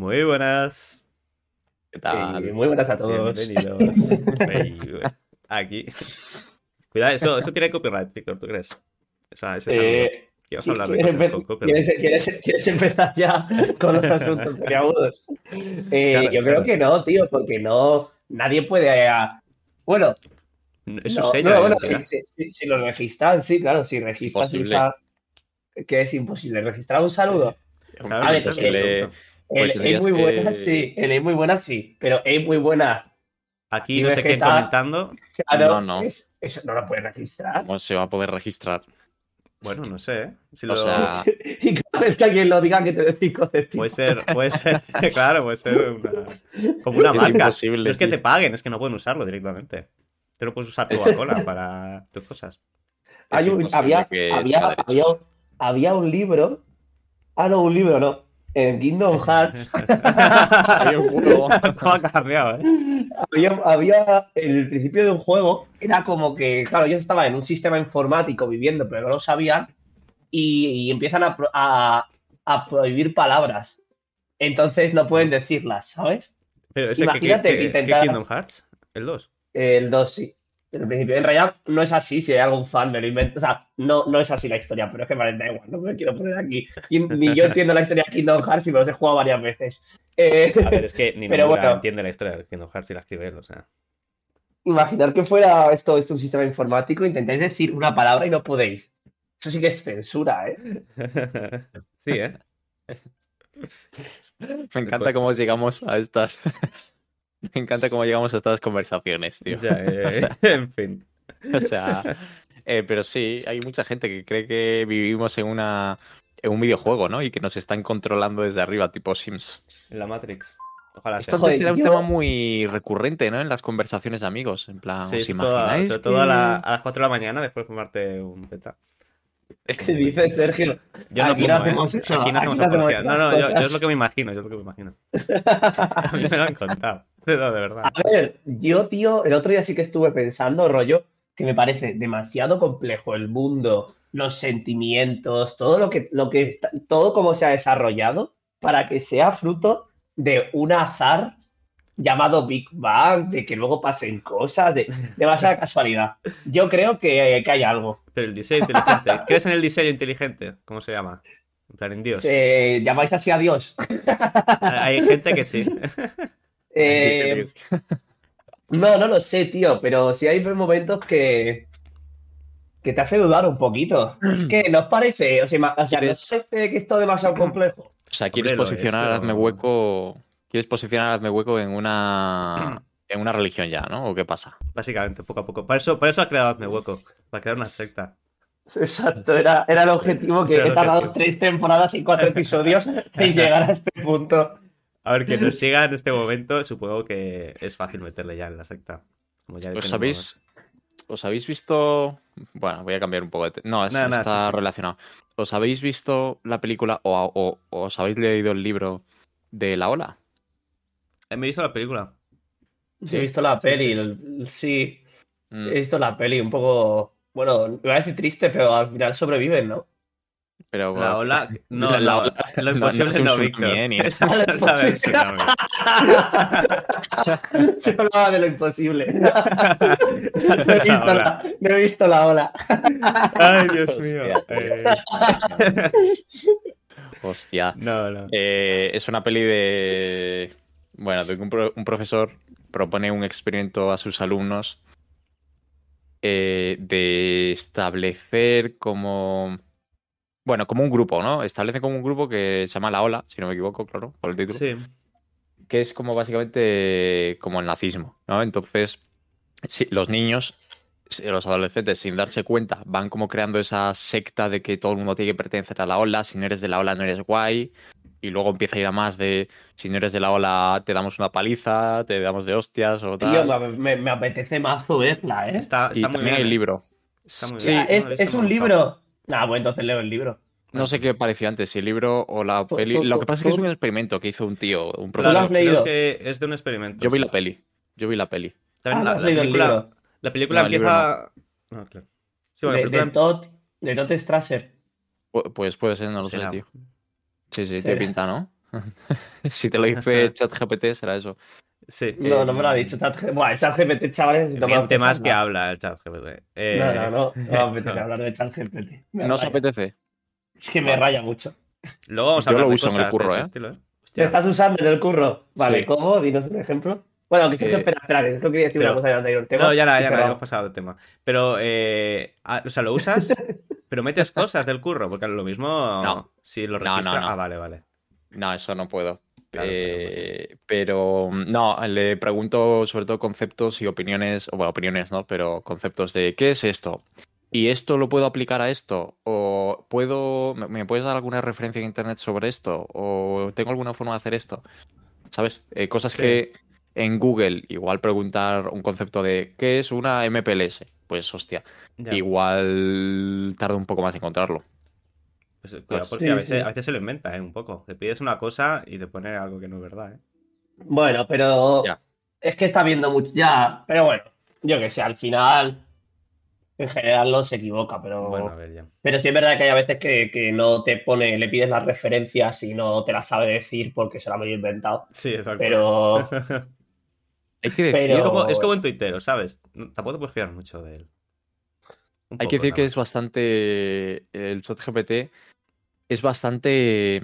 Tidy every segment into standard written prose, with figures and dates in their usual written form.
Muy buenas. ¿Qué tal? Muy buenas a todos. Bienvenidos. Aquí. Cuidado, eso tiene copyright, Víctor, ¿tú crees? Ese saludo. Que vas a hablar de ¿Quieres, cosas con copyright. quieres empezar ya con los asuntos peliagudos? Claro, Yo creo claro. que no, tío, porque no, nadie puede. Bueno, Es su no, sello no, de bueno, identidad. si lo registran, sí, claro, si registras Imposible. que es imposible registrar un saludo. Claro, A sí, ver, eso es lo que Imposible. pregunto. Pues el es tendrías muy buena, que. sí, el es muy buena, sí, pero es muy buena Aquí y no sé quién Vegeta, comentando. No, claro, no. eso no lo puedes registrar. ¿Cómo se va a poder registrar? Bueno, no sé, ¿eh? Si O lo... sea, Y cada vez que alguien lo diga que te dé 5 céntimos. puede ser, claro, puede ser como una es marca. No imposible, es que te tío. paguen, es que no pueden usarlo directamente. Tú no puedes usar Es, Coca-Cola para tus cosas. es imposible que tenga derechos. Había un libro. Ah, no, un libro, no. En Kingdom Hearts Había un juego. ¿Cómo ha cambiado, eh? había el principio de un juego, era como que, claro, ellos estaban en un sistema informático viviendo, pero no lo sabían, y empiezan a prohibir palabras. Entonces no pueden Ah. decirlas, ¿sabes? Pero ese, Imagínate que ¿qué Kingdom intentas. Hearts? ¿El 2? El 2 sí. En principio, en realidad no es así, si hay algún fan me lo inventa. O sea, no es así la historia, pero es que vale, da igual, no me quiero poner aquí. Ni yo entiendo la historia de Kingdom Hearts y me los he jugado varias veces. A ver, es que ni Pero Nomura bueno, entiende la historia de Kingdom Hearts y la escribe él, o sea. imaginar que fuera esto un sistema informático, intentáis decir una palabra y no podéis. Eso sí que es censura, ¿eh? Sí, ¿eh? Me encanta cómo llegamos a estas. Me encanta cómo llegamos a estas conversaciones, tío. Ya, en fin. O sea, pero sí, hay mucha gente que cree que vivimos en un videojuego, ¿no? Y que nos están controlando desde arriba, tipo Sims. En la Matrix. Ojalá Esto sea antes así. Joder, era un tema muy recurrente, ¿no? En las conversaciones de amigos. En plan, Sí, ¿os imagináis sobre todo a, que...? a las 4 de la mañana después de fumarte un beta. ¿qué dices, Sergio? Yo no Aquí no fumo, ¿eh? hacemos eso, Aquí no aquí hacemos no hacemos apología. No, esas no, yo es lo cosas. que me imagino, yo es lo que me imagino. A mí me lo han contado. No, de A verdad. ver, yo, tío, el otro día sí que estuve pensando, rollo, que me parece demasiado complejo el mundo, los sentimientos, todo cómo se ha desarrollado para que sea fruto de un azar llamado Big Bang, de que luego pasen cosas, de demasiada casualidad. Yo creo que hay algo. Pero el diseño inteligente. ¿Crees en el diseño inteligente? ¿Cómo se llama? En plan, en Dios. ¿Llamáis así a Dios? Hay gente que sí. Eh, no lo sé, tío, pero sí hay momentos que te hace dudar un poquito. Es que no os parece, ¿no os ¿Quieres, parece que es todo demasiado complejo? o sea, quieres Hombre, lo es, posicionar a Hazme pero... Hueco... ¿Quieres posicionar a Hazme Hueco en una religión ya, ¿no? ¿O qué pasa? Básicamente, poco a poco. Para eso ha creado Hazme Hueco. Para crear una secta. Exacto, era el objetivo Ese que era he el tardado objetivo. 3 temporadas y 4 episodios en llegar a este punto. A ver, que nos siga en este momento, supongo que es fácil meterle ya en la secta. Como ya ¿Os tenemos... habéis, os habéis visto... Bueno, voy a cambiar un poco de... No, Nada, nada, sí, está sí. relacionado. ¿Os habéis visto la película o os habéis leído el libro de La Ola? Me he visto la película. Sí, he Sí, visto la sí, sí. peli, sí, he Mm, visto la peli un poco, bueno, me parece triste, pero al final sobreviven, ¿no? pero La ola... No, la no. ola Lo no es imposible un no, tsunami, Víctor. ¿eh? Ni Esa nada. Vale, no es la pues sí. del tsunami. Yo hablaba de lo imposible. No he La visto ola. no he visto la ola. Ay, Dios mío. Hostia, tío. Hostia. No, no. Es una peli de... Bueno, de que un profesor propone un experimento a sus alumnos de establecer como... Bueno, como un grupo, ¿no? Establece como un grupo que se llama La Ola, si no me equivoco, claro, por el título. Sí. Que es como básicamente como el nazismo, ¿no? Entonces, sí, los niños, los adolescentes, sin darse cuenta, van como creando esa secta de que todo el mundo tiene que pertenecer a la ola, si no eres de la ola no eres guay, y luego empieza a ir a más de, si no eres de la ola te damos una paliza, te damos de hostias o Tío, tal. me apetece mazo verla, ¿eh? Está Y muy también hay bien, el ¿eh? libro. Está muy bien. Sí, No lo he visto, Es me ha un gustado. libro. Nah, pues entonces leo el libro. no Bueno, sé qué pareció antes, si el libro o la ¿Tú, peli. tú, Lo que tú, pasa es que es un tú- experimento que hizo un tío, un tú lo has profesor. claro, creo leído? que es de un experimento, Yo vi sí. la peli. Yo vi la peli. Ah, También no la, has la leído el película. libro. La película No, el libro no. empieza. No, claro. Sí, bueno, la De, de película Todd, de Todd Strasser. Pues puede ser, no lo sé, será. tío. Sí, sí, tiene Será. pinta, ¿no? Si te lo dice ChatGPT, será eso. Sí. No, no me lo ha dicho ChatGPT. Bueno, el ChatGPT, chavales, no me Miente apetece más que hablar. habla el chat GPT. No me apetece hablar de ChatGPT. Me ¿No os raya. apetece? Es que me Vale. raya mucho. Luego vamos a Yo hablar lo de uso en el cosas de curro, ese ¿eh? estilo, ¿eh? ¿Te Hostia. estás usando en el curro? Vale, Sí. ¿cómo? Dinos un ejemplo. Bueno, que Eh, espera, que creo que quería decir una Pero, cosa ya antes de ir al tema. no, ya y nada, hemos cerramos. pasado de tema. Pero, o sea, lo usas, pero metes cosas del curro, porque lo mismo, No. si lo No, registra. no. Ah, vale. No, eso no puedo. Claro. Pero no, le pregunto sobre todo conceptos y opiniones, o bueno, opiniones no, pero conceptos de ¿qué es esto? ¿Y esto lo puedo aplicar a esto? ¿O me puedes dar alguna referencia en internet sobre esto? ¿O tengo alguna forma de hacer esto? ¿Sabes? Cosas Sí. que en Google, igual preguntar un concepto de ¿qué es una MPLS? Pues hostia, Ya. igual tarda un poco más en encontrarlo. Pues cuidado, ¿Sabes? porque a Sí. veces se lo inventa, ¿eh? Un poco. Le pides una cosa y te pone algo que no es verdad, ¿eh? Bueno, pero Ya. es que está viendo mucho ya. Pero bueno, yo que sé, al final, en general no se equivoca, Bueno, a pero. ver, ya. Pero sí es verdad que hay a veces que no te pone, le pides las referencias y no te las sabe decir porque se la ha inventado. Sí, exacto. Pero. Hay que Es decir como un tuitero, ¿sabes? Tampoco te puedes fiar mucho de él. Un Hay que poco, decir nada que más. es bastante. El ChatGPT es bastante.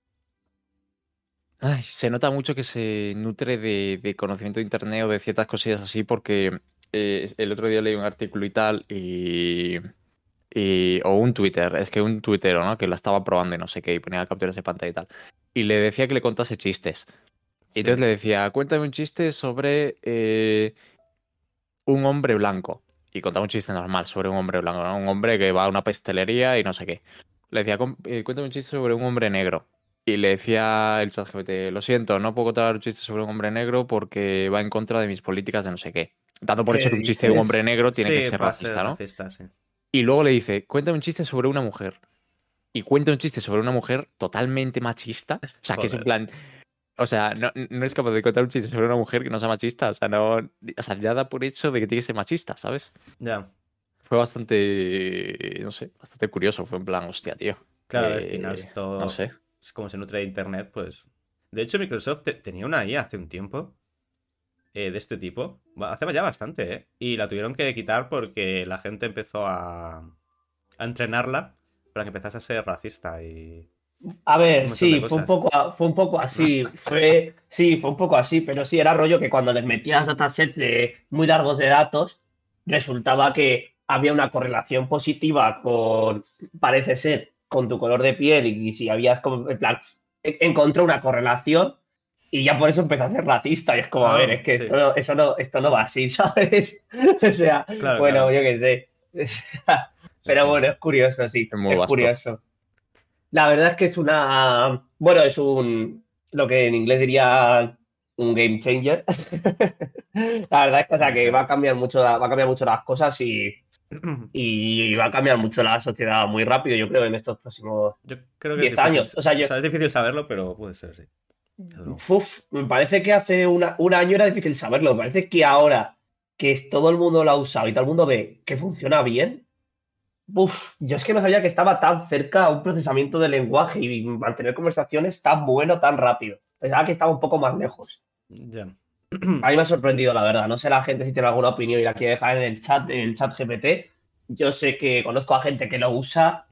Ay, se nota mucho que se nutre de conocimiento de internet o de ciertas cosillas así, porque el otro día leí un artículo y tal, o un Twitter, es que un tuitero, ¿no? Que la estaba probando y no sé qué, y ponía capturas de pantalla y tal. Y le decía que le contase chistes. Y Sí. entonces le decía, cuéntame un chiste sobre un hombre blanco. Y contaba un chiste normal sobre un hombre blanco, ¿no? Un hombre que va a una pastelería y no sé qué. Le decía, cuéntame un chiste sobre un hombre negro. Y le decía el ChatGPT, lo siento, no puedo contar un chiste sobre un hombre negro porque va en contra de mis políticas de no sé qué. Dando por ¿Qué hecho que un chiste de un hombre dices? negro tiene que Sí, ser va a ser racista, ¿no? racista, sí. Y luego le dice, cuéntame un chiste sobre una mujer. Y cuenta un chiste sobre una mujer totalmente machista. O sea, que es en Joder. plan, o sea, no es capaz de contar un chiste sobre una mujer que no sea machista. O sea, o sea, ya da por hecho de que tiene que ser machista, ¿sabes? Ya. Fue bastante, no sé, bastante curioso. Fue en plan, hostia, tío. Claro, al final No esto sé. es como se nutre de internet, pues. De hecho, Microsoft tenía una IA hace un tiempo de este tipo. Hace ya bastante, ¿eh? Y la tuvieron que quitar porque la gente empezó a entrenarla para que empezase a ser racista y A un ver, montón de sí, cosas. fue un poco así. Fue un poco así, pero sí, era rollo que cuando les metías datasets de muy largos de datos, resultaba que había una correlación positiva con, parece ser, con tu color de piel y si habías como, en plan, encontró una correlación y ya por eso empezó a ser racista. Y es como, a ver, Ah, es que sí. esto no va así, ¿sabes? O sea, Claro, bueno, claro. yo qué sé. Pero Entiendo. bueno, es curioso, sí, Es muy es vasto. curioso. La verdad es que es bueno, lo que en inglés diría un game changer. La verdad es que, o sea, Hombre, que va a claro. cambiar mucho, va a cambiar mucho las cosas y va a cambiar mucho la sociedad muy rápido, yo creo, en estos próximos Yo creo que es 10 difícil. años. O sea, O sea, es difícil saberlo, pero puede ser, sí. Desde luego. me parece que hace un año era difícil saberlo. Me parece que ahora que todo el mundo lo ha usado y todo el mundo ve que funciona bien. Yo es que no sabía que estaba tan cerca a un procesamiento de lenguaje y mantener conversaciones tan bueno, tan rápido. Pensaba que estaba un poco más lejos. Ya. A mí me ha sorprendido, la verdad. No sé la gente si tiene alguna opinión y la quiere dejar en el chat GPT. Yo sé que conozco a gente que lo usa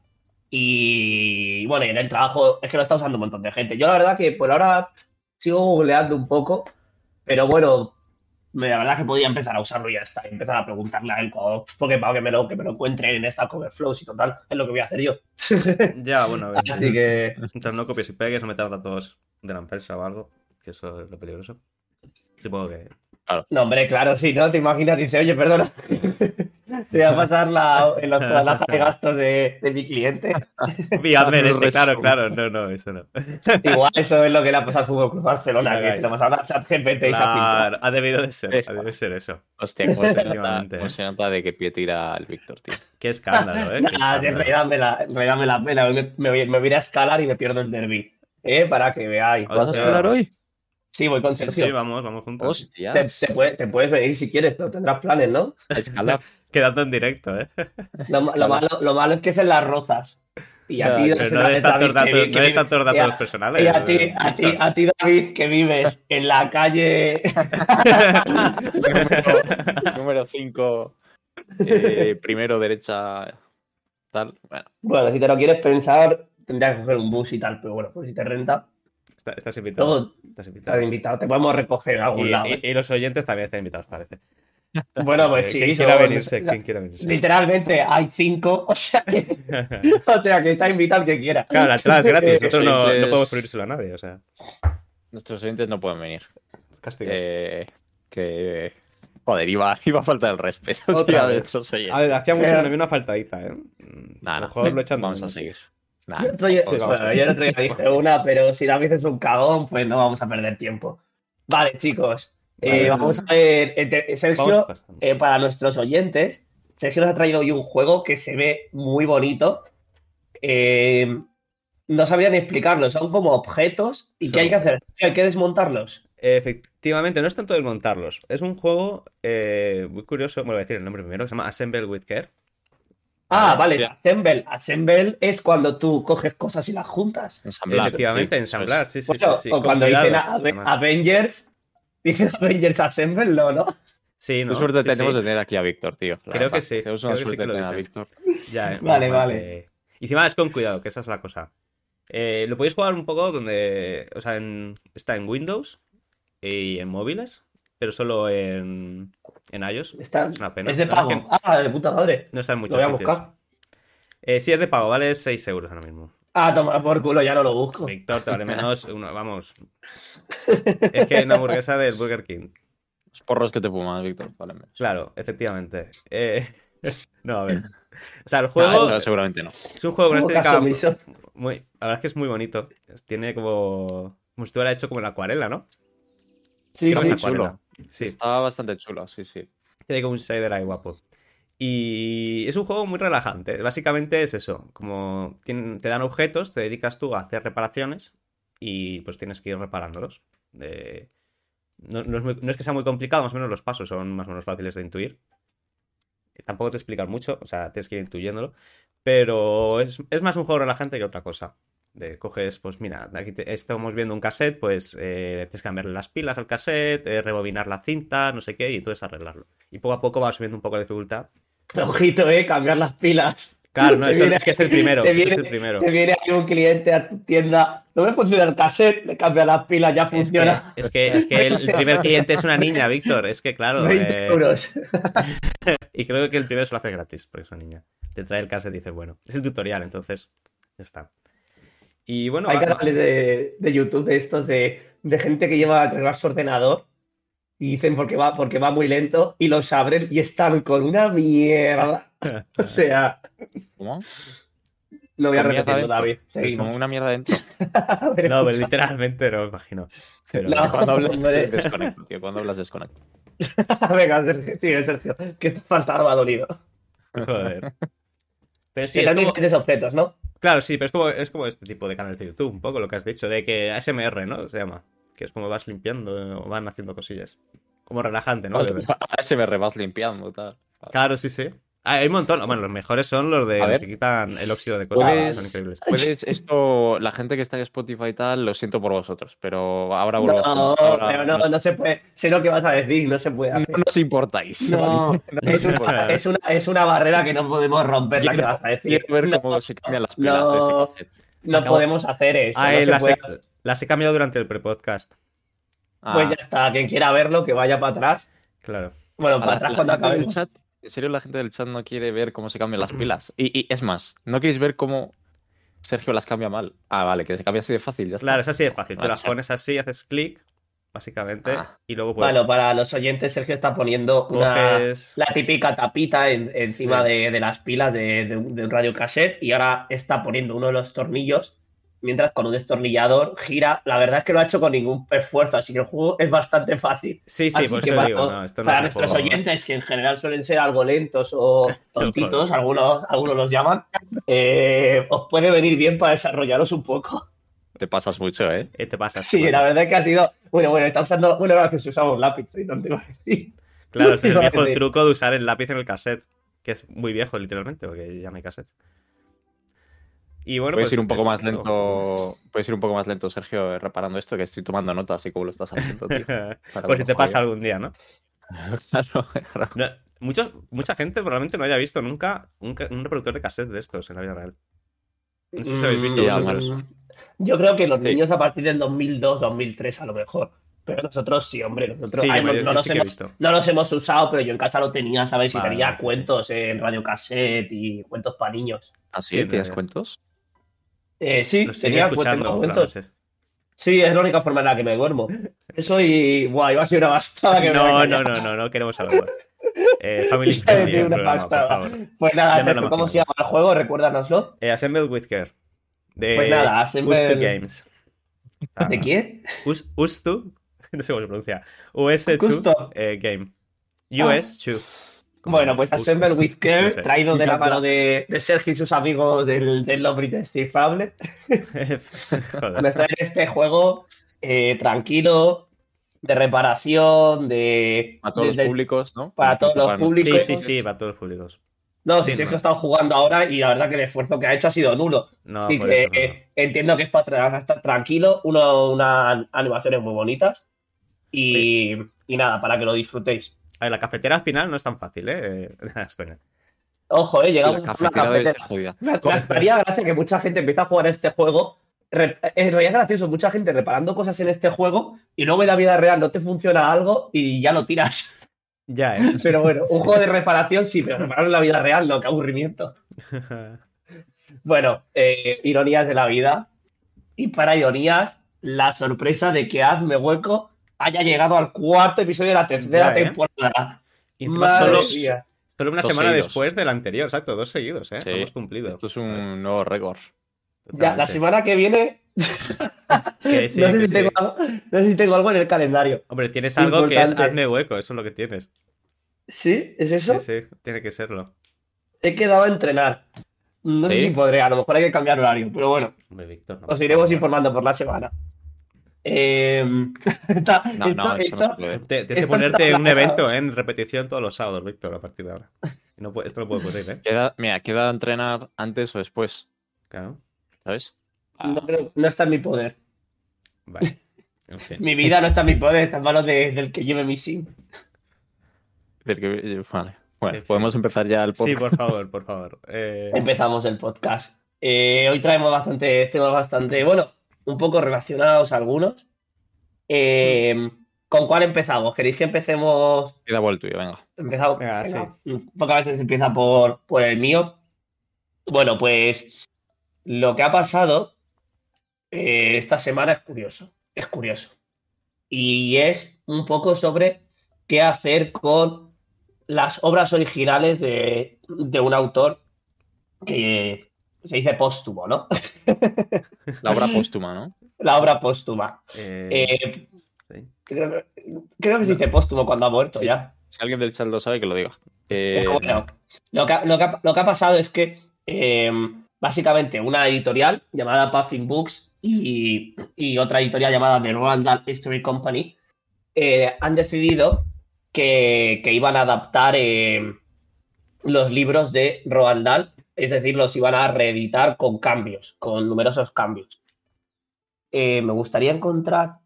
y bueno, y en el trabajo es que lo está usando un montón de gente. Yo la verdad que por ahora sigo googleando un poco, pero bueno, la verdad que podía empezar a usarlo y ya está. Y empezar a preguntarle a él, porque para que me lo encuentre en esta Coverflow y total, es lo que voy a hacer yo. Ya, bueno, a ver, sí. Así que, Mientras no copies y pegues o metas datos de la empresa o algo, que eso es lo peligroso. Supongo que. Claro. no, hombre, claro, sí, ¿no? Te imaginas, dice, oye, perdona, te voy a pasar la hoja de gastos de mi cliente. Fíjame en Hazme un este, claro, resumen. claro. No, eso no. Igual eso es lo que le ha pasado al Fútbol Club No Barcelona, que se hagáis. lo pasaba a ChatGPT y se ha filtrado. Claro, ha debido de ser. Es- Ha debido de ser eso. Hostia, Efectivamente, cómo ¿eh? se nota de qué pie tira el Víctor, tío. Qué escándalo, ¿eh? Qué Nada, en escándalo. realidad me da pena. Me voy a ir a escalar y me pierdo el derby. Para que veáis. ¿Vas a Hostia. escalar hoy? Sí, voy con Sí, sí, Sergio. vamos juntos. Hostias. Te puedes venir si quieres, pero tendrás planes, ¿no? A escalar. Quedando en directo, ¿eh? A escalar. Lo malo es que es en las rozas. Y a ti, Pero no des tantos datos, no des tantos datos personales. Y a ti, David, que vives en la calle. Número 5, primero derecha, tal. Bueno, Bueno, si te lo quieres pensar, tendrías que coger un bus y tal, pero bueno, pues si te renta, Estás invitado. luego Estás estás invitado. invitado, te podemos recoger a algún lado. Y los oyentes también están invitados, parece. Bueno, pues sí, ¿Quién son- quiera venirse? ¿Quién quiera venirse? literalmente hay 5, o sea que está invitado el que quiera. Claro, la entrada es gratis. Nosotros no oyentes- podemos prohibírselo a nadie, o sea, nuestros oyentes no pueden venir. castigos. Que. Joder, iba a faltar el respeto. Otra tío, a vez. nuestros oyentes. A ver, hacía mucho Pero- que no había una faltadita, ¿eh? Nah, A lo mejor lo echan de vamos a menos. seguir. Nah, Yo el otro día- vamos a yo el otro día dije una, pero si David es un cagón, pues no vamos a perder tiempo. Vale, chicos. Vale. Vamos a ver. Sergio, Vamos pasando. para nuestros oyentes, Sergio nos ha traído hoy un juego que se ve muy bonito. No sabría ni explicarlo, son como objetos. ¿Y qué hay que hacer? Hay que desmontarlos. Efectivamente, no es tanto desmontarlos. Es un juego muy curioso. Bueno, voy a decir el nombre primero, que se llama Assemble with Care. Vale, ya. Assemble. Assemble es cuando tú coges cosas y las juntas. ensamblar. Efectivamente, sí, ensamblar, sí, sí, Bueno, sí. o Con cuando cuidado, dicen además. Avengers, dicen Avengers Assemble, no. Sí, Qué ¿no? suerte Sí, tenemos sí. de tener aquí a Víctor, tío. la Creo que verdad. sí, Tenemos creo una que sí suerte que de lo tener a dicen. Víctor. Ya, Vale, menos mal vale. Y encima es con cuidado, que esa es la cosa. Lo podéis jugar un poco donde. O sea, está en Windows y en móviles, pero solo en iOS. Está- Es una pena. es de La verdad pago. es que De puta madre. no está en Lo muchos voy a sitios. buscar. Sí, es de pago, vale 6 euros ahora mismo. Toma por culo, ya no lo busco. Víctor, te vale menos. Vamos. Es que una hamburguesa del Burger King. Los porros que te fumas, Víctor. Vale, menos. Claro, efectivamente. No, a ver. O sea, el No, juego eso seguramente no. es un juego con Como estética caso omiso. muy. La verdad es que es muy bonito. Tiene como. Como si estuviera hecho como en acuarela, ¿no? Sí, Creo que sí. es acuarela. Sí. Estaba bastante chulo, sí, sí. Tiene como un shader ahí guapo. Y es un juego muy relajante. Básicamente es eso. Como te dan objetos, te dedicas tú a hacer reparaciones y pues tienes que ir reparándolos. No es que sea muy complicado, más o menos los pasos son más o menos fáciles de intuir. Tampoco te explican mucho, o sea, tienes que ir intuyéndolo. Pero es más un juego relajante que otra cosa. Coges, pues mira, aquí estamos viendo un cassette, pues tienes que cambiarle las pilas al cassette, rebobinar la cinta, no sé qué, y entonces arreglarlo. Y poco a poco va subiendo un poco de dificultad. Ojito, cambiar las pilas. Claro, no, Te viene- es que es el primero. te Este es viene- el primero. Te viene ahí un cliente a tu tienda. No me funciona el cassette, le cambia las pilas, ya funciona. Es que el primer cliente es una niña, Víctor. Es que claro. 20 euros. Y creo que el primero se lo hace gratis, porque es una niña. Te trae el cassette y dices, bueno, es el tutorial, entonces ya está. Y bueno, Hay canales de YouTube de estos de gente que lleva a arreglar su ordenador y dicen porque va muy lento y los abren y están con una mierda. O sea, ¿Cómo? lo voy a Con mierda repetir, dentro. David. Pero Seguimos. como una mierda dentro. A ver, No, pero escucha. literalmente no me imagino. Pero, No. Cuando hablas, hombre. desconecto, tío. Cuando hablas, desconecto. Venga, Sergio, sigue, Sergio, que esta faltada me ha dolido. joder. Pero sí, Que es son como. diferentes objetos, ¿no? Claro, sí, pero es como este tipo de canales de YouTube, un poco lo que has dicho, de que ASMR, ¿no? Se llama. Que es como vas limpiando o van haciendo cosillas. Como relajante, ¿no? De ver. Se me vas limpiando, tal. Claro, sí, sí. Hay un montón. Bueno, los mejores son los de A los ver. que quitan el óxido de cosas. Puedes, Son increíbles. esto, la gente que está en Spotify y tal, lo siento por vosotros, pero ahora vuelvo No, a ahora pero no se puede. Sé lo que vas a decir, no se puede no hacer. nos importáis. No, ¿vale? No es, nos importáis. es una barrera que no podemos romper la que vas a decir. Quiero ver No, cómo se cambian las pilas de ese no, cassette. no Acabo- podemos hacer eso. Ah, no se las, puede. he, las he cambiado durante el pre-podcast. Pues ya está, quien quiera verlo, que vaya para atrás. Claro. Bueno, A para atrás cuando gente del acabemos. chat, en serio, la gente del chat no quiere ver cómo se cambian las pilas. Y es más, no queréis ver cómo Sergio las cambia mal. Ah, vale, que se cambia así de fácil, ya está. Claro, es así de fácil. Tú Vale, las sí. pones así, haces clic, básicamente, Ah. y luego pues Bueno, para los oyentes, Sergio está poniendo coges. la típica tapita encima Sí. de las pilas de un radio cassette y ahora está poniendo uno de los tornillos mientras con un destornillador gira. La verdad es que no ha hecho con ningún esfuerzo, así que el juego es bastante fácil. Sí, Así por que eso para, digo, no, esto no para es un nuestros juego. oyentes, que en general suelen ser algo lentos o tontitos, algunos los llaman, os puede venir bien para desarrollaros un poco. Te pasas mucho, ¿eh? Te pasas. Sí, te la pasas. verdad es que ha sido. Bueno, está usando. Bueno, ahora que se usaba un lápiz, sí, no te iba a decir. Claro, este es el Iba a viejo decir. truco de usar el lápiz en el cassette, que es muy viejo, literalmente, porque ya no hay cassette. Y bueno, Puedes pues ir un poco es más eso. lento. Puedes ir un poco más lento, Sergio, reparando esto, que estoy tomando notas así como lo estás haciendo, tío. Para Por si cuando te pasa juegue. algún día, ¿no? Claro, claro. No, mucha gente probablemente no haya visto nunca un reproductor de cassette de estos en la vida real. No sé si lo habéis visto Ya, vosotros. macho. Yo creo que los Sí. niños a partir del 2002, 2003 a lo mejor. Pero nosotros sí, hombre. Nosotros Sí, ay, yo sí que he visto. no los hemos usado, pero yo en casa lo tenía, ¿sabes? Y Vale, tenía vale, sí, sí. cuentos en radiocassette y cuentos para niños. ¿Ah, Sí, sí? en ¿Tienes realidad. cuentos? Sí, Los sigue tenía, pues tengo escuchando por las cuentos. noches. Sí, es la única forma en la que me duermo. Eso y. Buah, iba a ser una bastada que me voy a No, callar. no, no, no, no queremos saberlo. Family Iba a friendly decir el una programa, por bastada. favor. Pues nada, Ya nos lo Sergio, ¿cómo se llama imaginamos. el juego? Recuérdanoslo. Assemble with Care. Pues nada, De Ustu Games. ¿De quién? Ustu, no sé cómo se pronuncia. US2 Justo. Game. Ah. US2. Bueno, pues Assemble with Care, No sé. traído de la encanta. mano de Sergio y sus amigos del Hombre Indescifrable. Joder. Nos traen este juego tranquilo, de reparación, A todos los de- públicos, ¿no? para todos Incluso los para públicos. Sí, sí, sí, para todos los públicos. No, Sí, si Sergio ha no, estado jugando ahora y la verdad que el esfuerzo que ha hecho ha sido nulo. no, Así por que eso no. entiendo que es para estar tranquilo, unas animaciones muy bonitas Oye, y nada, para que lo disfrutéis. a ver, la cafetera al final no es tan fácil, ¿eh? Espera. Ojo, la llegamos a una cafetera debe ser cafetera. jodida. Me haría gracia que mucha gente empieza a jugar a este juego. En realidad es gracioso, mucha gente reparando cosas en este juego y luego en la vida real no te funciona algo y ya lo tiras. Ya, ¿eh? Pero bueno, un Sí. juego de reparación sí, pero reparar en la vida real no, qué aburrimiento. Bueno, ironías de la vida. Y para ironías, la sorpresa de que Hazme Hueco haya llegado al cuarto episodio de la tercera Ya, ¿eh? temporada. Y encima Madre Dos. mía. solo una Dos semana seguidos. después del anterior, exacto, 2 seguidos, ¿eh? Sí, Lo hemos cumplido. esto es un nuevo récord. Ya, la Totalmente. semana que viene. Que sí, no, sé que si tengo sí. algo, no sé si tengo algo en el calendario. Hombre, tienes algo que es Importante. hazme hueco, eso es lo que tienes. ¿Sí? ¿Es eso? Sí, sí, tiene que serlo. He quedado a entrenar. No sé ¿Sí? si podré, a lo mejor hay que cambiar horario, pero bueno, Hombre, Víctor, no, os por iremos favor. informando por la semana. No, eso no se puede. Tienes que esto ponerte está un evento en repetición todos los sábados, Víctor, a partir de ahora. Y esto no puede ocurrir, ¿eh? Queda entrenar antes o después, Claro. ¿sabes? No está en mi poder. Vale. En fin. Mi vida no está en mi poder, está en manos del que lleve mi sim. Vale. Bueno, En fin. podemos empezar ya el podcast. Sí, por favor, por favor. Empezamos el podcast. Hoy traemos bastantes temas bueno, un poco relacionados algunos. ¿Con cuál empezamos? ¿Queréis que empecemos? Queda por el tuyo, venga. Empezamos. Venga, Pocas veces se empieza por el mío. Bueno, pues lo que ha pasado esta semana es curioso. Es curioso. Y es un poco sobre qué hacer con las obras originales de un autor que se dice póstumo, ¿no? La obra póstuma, ¿no? La obra póstuma. Sí. Creo que se dice póstumo cuando ha muerto Sí. ya. Si alguien del chat lo sabe, que lo diga. Bueno, lo que ha pasado es que básicamente una editorial llamada Puffin Books y otra editorial llamada The Roald Dahl History Company han decidido que iban a adaptar los libros de Roald Dahl, es decir, los iban a reeditar con cambios, con numerosos cambios. Me gustaría encontrar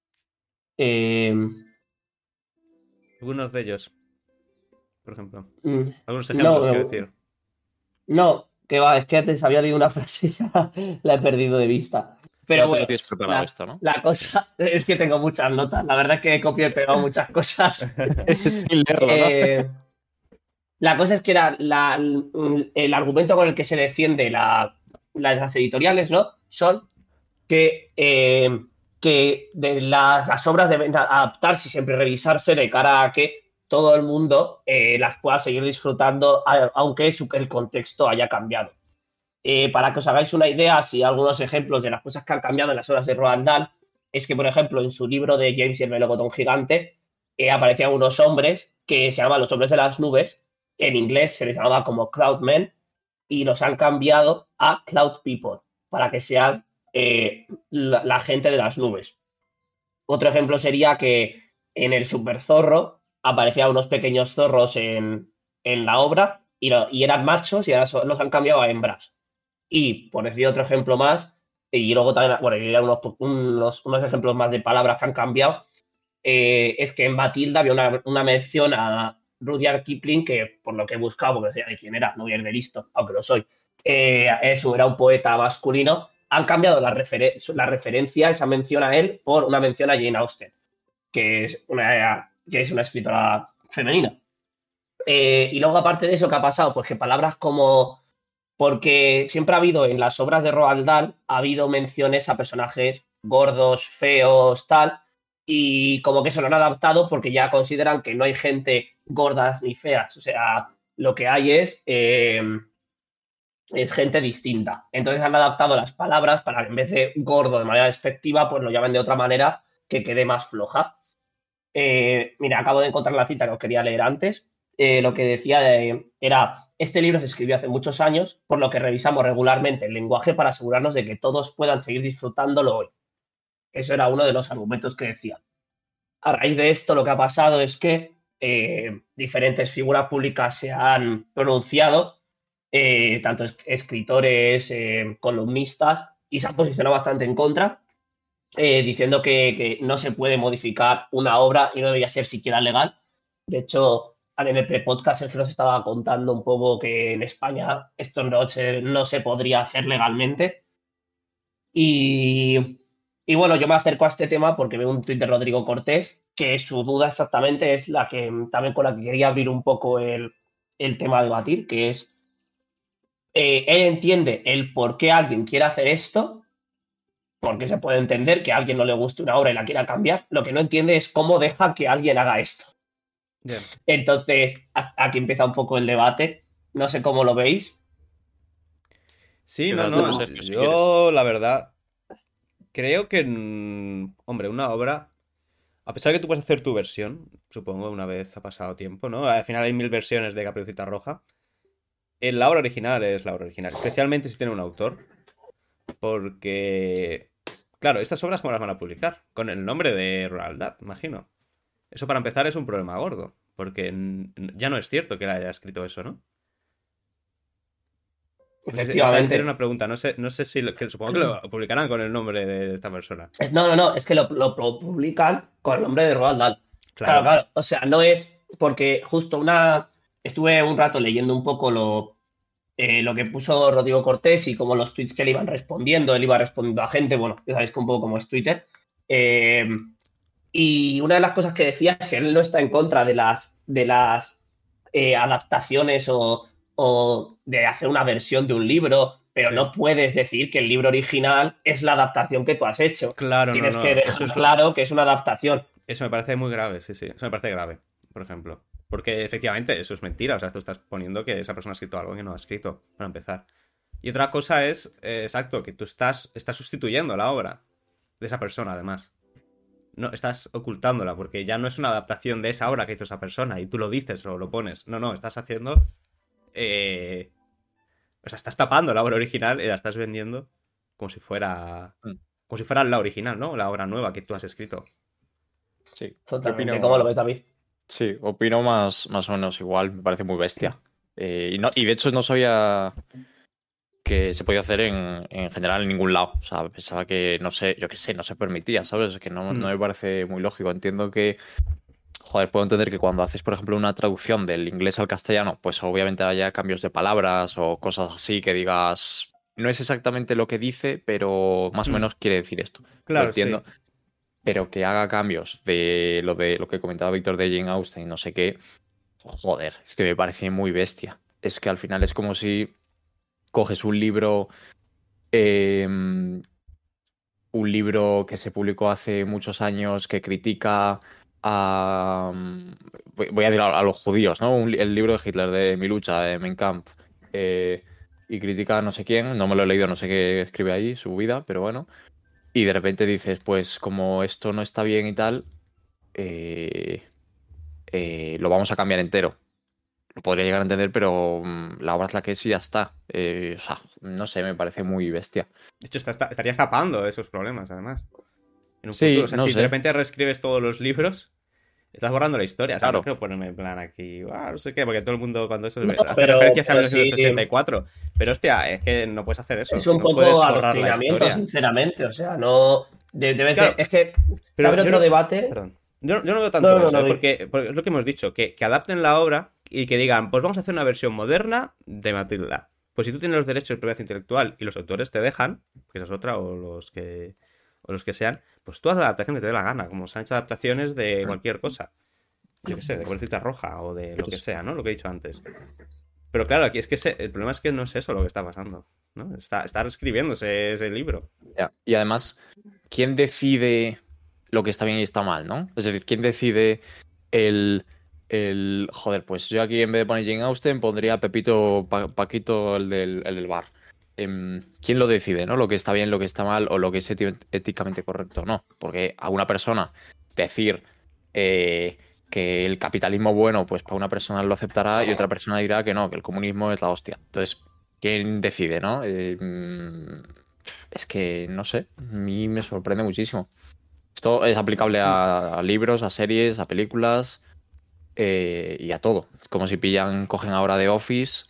Algunos de ellos, por ejemplo. mm, Algunos ejemplos, quiero decir. No, que va, es que antes había leído una frase y ya la he perdido de vista. Pero No te bueno, lo tienes preparado esto, ¿no? la cosa es que tengo muchas notas. La verdad es que he copiado y pegado muchas cosas. Sin leerlo, ¿no? La cosa es que era el argumento con el que se defiende las editoriales, ¿no? Son que de las obras deben adaptarse y siempre revisarse de cara a que todo el mundo las pueda seguir disfrutando, aunque el contexto haya cambiado. Para que os hagáis una idea, así algunos ejemplos de las cosas que han cambiado en las obras de Roald Dahl, es que, por ejemplo, en su libro de James y el melocotón gigante, aparecían unos hombres que se llaman los hombres de las nubes. En inglés se les llamaba como Cloudmen y los han cambiado a Cloud People para que sean la gente de las nubes. Otro ejemplo sería que en el Super Zorro aparecían unos pequeños zorros en la obra y eran machos y ahora los han cambiado a hembras. Y por decir otro ejemplo más, y luego también, bueno, y unos ejemplos más de palabras que han cambiado, es que en Matilda había una mención a Rudyard Kipling, que por lo que he buscado, porque decía de quién era, no voy a ir de listo, aunque lo soy, eso era un poeta masculino, han cambiado la referencia, esa mención a él, por una mención a Jane Austen, que es una escritora femenina. Y luego, aparte de eso, ¿qué ha pasado? Pues que palabras como. Porque siempre ha habido en las obras de Roald Dahl, ha habido menciones a personajes gordos, feos, tal, y como que se lo han adaptado porque ya consideran que no hay gente gordas ni feas. O sea, lo que hay es gente distinta. Entonces han adaptado las palabras para que en vez de gordo de manera despectiva, pues lo llamen de otra manera que quede más floja. Mira, acabo de encontrar la cita que os quería leer antes. Lo que decía era, este libro se escribió hace muchos años, por lo que revisamos regularmente el lenguaje para asegurarnos de que todos puedan seguir disfrutándolo hoy. Eso era uno de los argumentos que decía. A raíz de esto, lo que ha pasado es que diferentes figuras públicas se han pronunciado, tanto escritores, columnistas, y se han posicionado bastante en contra, diciendo que no se puede modificar una obra y no debería ser siquiera legal. De hecho, en el pre-podcast Sergio nos estaba contando un poco que en España esto no se podría hacer legalmente. Y, y bueno, yo me acerco a este tema porque veo un tuit de Rodrigo Cortés, que su duda exactamente es la que también con la que quería abrir un poco el tema a debatir, que es, él entiende el por qué alguien quiere hacer esto, porque se puede entender que a alguien no le guste una obra y la quiera cambiar. Lo que no entiende es cómo deja que alguien haga esto. Yeah. Entonces, hasta aquí empieza un poco el debate. No sé cómo lo veis. Sí, no, Empieza tú, no. Sergio, si Yo, la verdad, creo que, hombre, una obra, a pesar de que tú puedes hacer tu versión, supongo, una vez ha pasado tiempo, ¿no? Al final hay 1000 versiones de Caperucita Roja. La obra original es la obra original, especialmente si tiene un autor, porque, claro, estas obras, ¿cómo las van a publicar? Con el nombre de Roald Dahl, imagino. Eso para empezar es un problema gordo, porque ya no es cierto que él haya escrito eso, ¿no? Esa era Efectivamente. una pregunta, no sé si, supongo que lo publicarán con el nombre de esta persona. No, es que lo publican con el nombre de Roald Dahl. Claro, Claro, claro. O sea, no es porque justo estuve un rato leyendo un poco lo que puso Rodrigo Cortés y como los tweets que le iban respondiendo, él iba respondiendo a gente, bueno, ya sabéis que un poco como es Twitter. Eh, y una de las cosas que decía es que él no está en contra de las adaptaciones o de hacer una versión de un libro, pero sí. no puedes decir que el libro original es la adaptación que tú has hecho. Claro, no, Tienes que no. Eso dejar es claro que es una adaptación. eso me parece muy grave, sí, sí. Eso me parece grave, por ejemplo. Porque efectivamente eso es mentira. O sea, tú estás poniendo que esa persona ha escrito algo que no ha escrito, para empezar. Y otra cosa es, exacto, que tú estás sustituyendo la obra de esa persona, además. No, estás ocultándola, porque ya no es una adaptación de esa obra que hizo esa persona y tú lo dices o lo pones. No, no, estás haciendo. eh, O sea, estás tapando la obra original y la estás vendiendo como si fuera. Mm, Como si fuera la original, ¿no? La obra nueva que tú has escrito. sí, yo Totalmente. ¿Cómo lo opino, ves, David? sí, opino más o menos igual, me parece muy bestia. Y de hecho no sabía que se podía hacer en general en ningún lado. O sea, pensaba que, no sé, yo qué sé, no se permitía, ¿sabes? Es que no Mm, me parece muy lógico. Entiendo que, joder, puedo entender que cuando haces, por ejemplo, una traducción del inglés al castellano, pues obviamente haya cambios de palabras o cosas así que digas, no es exactamente lo que dice, pero más o mm. menos quiere decir esto. Lo Claro, entiendo. sí. Pero que haga cambios de lo que comentaba Víctor de Jane Austen y no sé qué, joder, es que me parece muy bestia. Es que al final es como si coges un libro que se publicó hace muchos años que critica a... voy a decir a los judíos, ¿no? El libro de Hitler, de Mi lucha, de Mein Kampf, y critica a no sé quién, no me lo he leído, no sé qué escribe ahí, su vida, pero bueno. Y de repente dices, pues como esto no está bien y tal, eh, lo vamos a cambiar entero. Lo podría llegar a entender, pero la obra es la que es y ya está. O sea, no sé, me parece muy bestia. De hecho, estarías tapando esos problemas, además. En un futuro. O Sí, sea, no si de sé. repente reescribes todos los libros, Estás borrando la historia. O sea, Claro. no quiero ponerme en plan aquí, no sé qué, porque todo el mundo cuando eso No, hace pero referencias a sí, 1984. Pero hostia, es que no puedes hacer eso. es un No puedes poco borrar la adoctrinamiento, historia. sinceramente. O sea, no. Debe ser. Claro, Es que se pero abre yo otro no. debate. Perdón. Yo no veo No, tanto no, eso, no, ¿eh? no. Porque es lo que hemos dicho, que adapten la obra y que digan, pues vamos a hacer una versión moderna de Matilda. Pues si tú tienes los derechos de propiedad intelectual y los autores te dejan, que esa es otra, o los que sean, pues tú haz la adaptación que te dé la gana, como se han hecho adaptaciones de cualquier cosa. Yo qué sé, de Bolsita Roja o de lo que sea, ¿no? Lo que he dicho antes. Pero claro, aquí es que el problema es que no es eso lo que está pasando, ¿no? Está reescribiéndose ese libro. Ya. Y además, ¿quién decide lo que está bien y está mal, ¿no? Es decir, ¿quién decide joder, pues yo aquí en vez de poner Jane Austen pondría Pepito, Paquito, el del bar. ¿Quién lo decide, no? Lo que está bien, lo que está mal o lo que es éticamente correcto o no. Porque a una persona decir que el capitalismo bueno, pues para una persona lo aceptará y otra persona dirá que no, que el comunismo es la hostia. Entonces, ¿quién decide, no? Es que, no sé, a mí me sorprende muchísimo. Esto es aplicable a libros, a series, a películas y a todo. Es como si cogen ahora The Office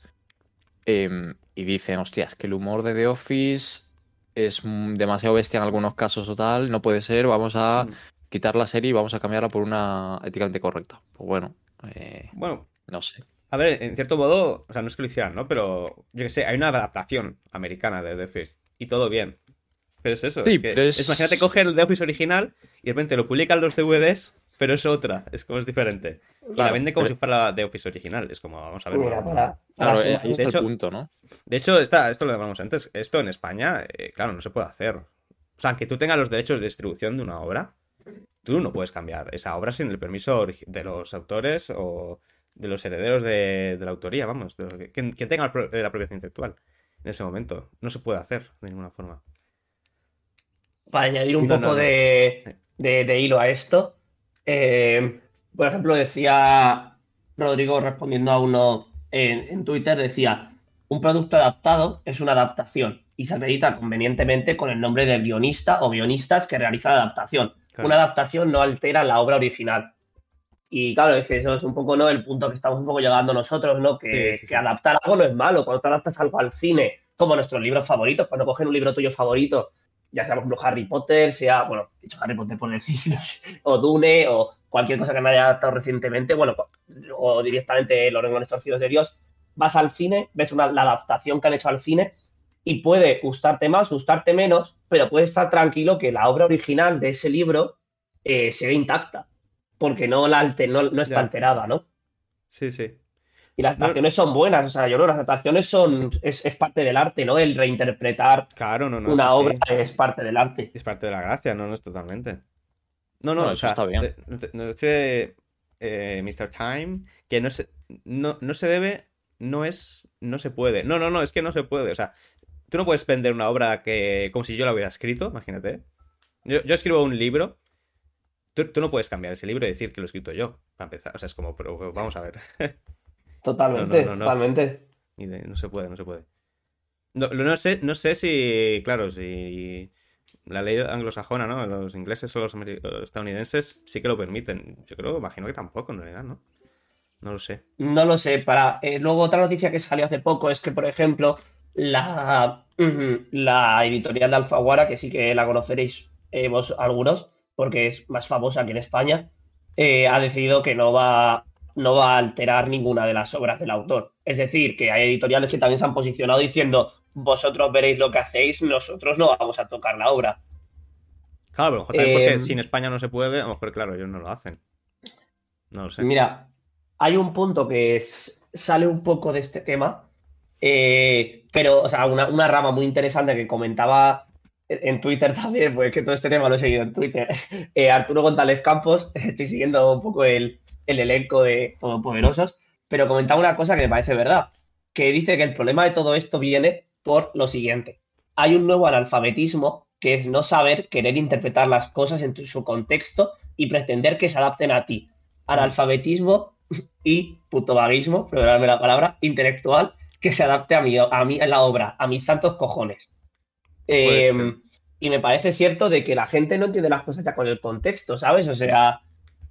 y dicen, hostias, que el humor de The Office es demasiado bestia en algunos casos o tal, no puede ser, vamos a quitar la serie y vamos a cambiarla por una éticamente correcta. Pues bueno, Bueno, no sé. a ver, en cierto modo, o sea, no es que lo hicieran, ¿no? Pero yo qué sé, hay una adaptación americana de The Office y todo bien. Pero es eso, Sí, es que. pero Imagínate coger el The Office original y de repente lo publican los DVDs, pero es otra, es diferente. Y la Claro, venden como pero- si fuera la The Office original. Es como, vamos a ver, Mira, no. para Claro, sumar ahí está De el hecho, punto, ¿no? de hecho esto lo hablamos antes. Esto en España, claro, no se puede hacer. O sea, aunque tú tengas los derechos de distribución de una obra, tú no puedes cambiar esa obra sin el permiso de los autores o de los herederos de la autoría, vamos. Quien tenga la propiedad intelectual en ese momento. No se puede hacer de ninguna forma. Para añadir un No, no, poco no. de hilo a esto, por ejemplo, decía Rodrigo respondiendo a uno en Twitter, decía, un producto adaptado es una adaptación y se acredita convenientemente con el nombre del guionista o guionistas que realiza la adaptación. Una Claro. adaptación no altera la obra original. Y claro, es que eso es un poco, ¿no? El punto que estamos un poco llegando nosotros, ¿no? Sí, Que, sí, que sí. adaptar algo no es malo. Cuando te adaptas algo al cine, como nuestros libros favoritos, cuando cogen un libro tuyo favorito, ya sea por ejemplo Harry Potter, sea, bueno, he dicho Harry Potter por decir, o Dune, o cualquier cosa que me haya adaptado recientemente, bueno, o directamente Los Rincones Torcidos de Dios, vas al cine, ves la adaptación que han hecho al cine y puede gustarte más, gustarte menos, pero puedes estar tranquilo que la obra original de ese libro se ve intacta porque no está Ya. alterada, ¿no? Sí, sí. Y las No, adaptaciones son buenas, o sea, yo creo que las adaptaciones es parte del arte, ¿no? El reinterpretar claro, no, no, sí, una obra sí. es parte del arte. Es parte de la gracia, no, no es totalmente. No, no, No, o eso está sea, bien. nos dice Mr. Time que no se debe, no se puede. No, no, no, es que no se puede. O sea, tú no puedes vender una obra que como si yo la hubiera escrito, imagínate. Yo escribo un libro, tú no puedes cambiar ese libro y decir que lo he escrito yo, para empezar. O sea, es como, pero vamos a ver. No, no, Totalmente, no, no. totalmente. No se puede, no se puede. No sé si, claro, si la ley anglosajona, ¿no? Los ingleses o los estadounidenses sí que lo permiten. Yo creo, imagino que tampoco, en realidad, ¿no? No lo sé. No lo sé. Luego otra noticia que salió hace poco es que, por ejemplo, la editorial de Alfaguara, que sí que la conoceréis vos algunos, porque es más famosa aquí en España, ha decidido que no va a alterar ninguna de las obras del autor. Es decir, que hay editoriales que también se han posicionado diciendo, vosotros veréis lo que hacéis, nosotros no vamos a tocar la obra. Claro, a lo mejor también porque si en España no se puede, a lo mejor, claro, ellos no lo hacen. No lo sé. Mira, hay un punto que sale un poco de este tema, pero, o sea, una rama muy interesante que comentaba en Twitter también, pues que todo este tema lo he seguido en Twitter. Arturo González Campos, estoy siguiendo un poco el elenco de Todopoderosos, pero comentaba una cosa que me parece verdad, que dice que el problema de todo esto viene por lo siguiente. Hay un nuevo analfabetismo que es no saber querer interpretar las cosas en su contexto y pretender que se adapten a ti. Analfabetismo y putovaguismo, perdóname la palabra, intelectual, que se adapte a mí en la obra, a mis santos cojones. Puede ser. Y me parece cierto de que la gente no entiende las cosas ya con el contexto, ¿sabes? O sea,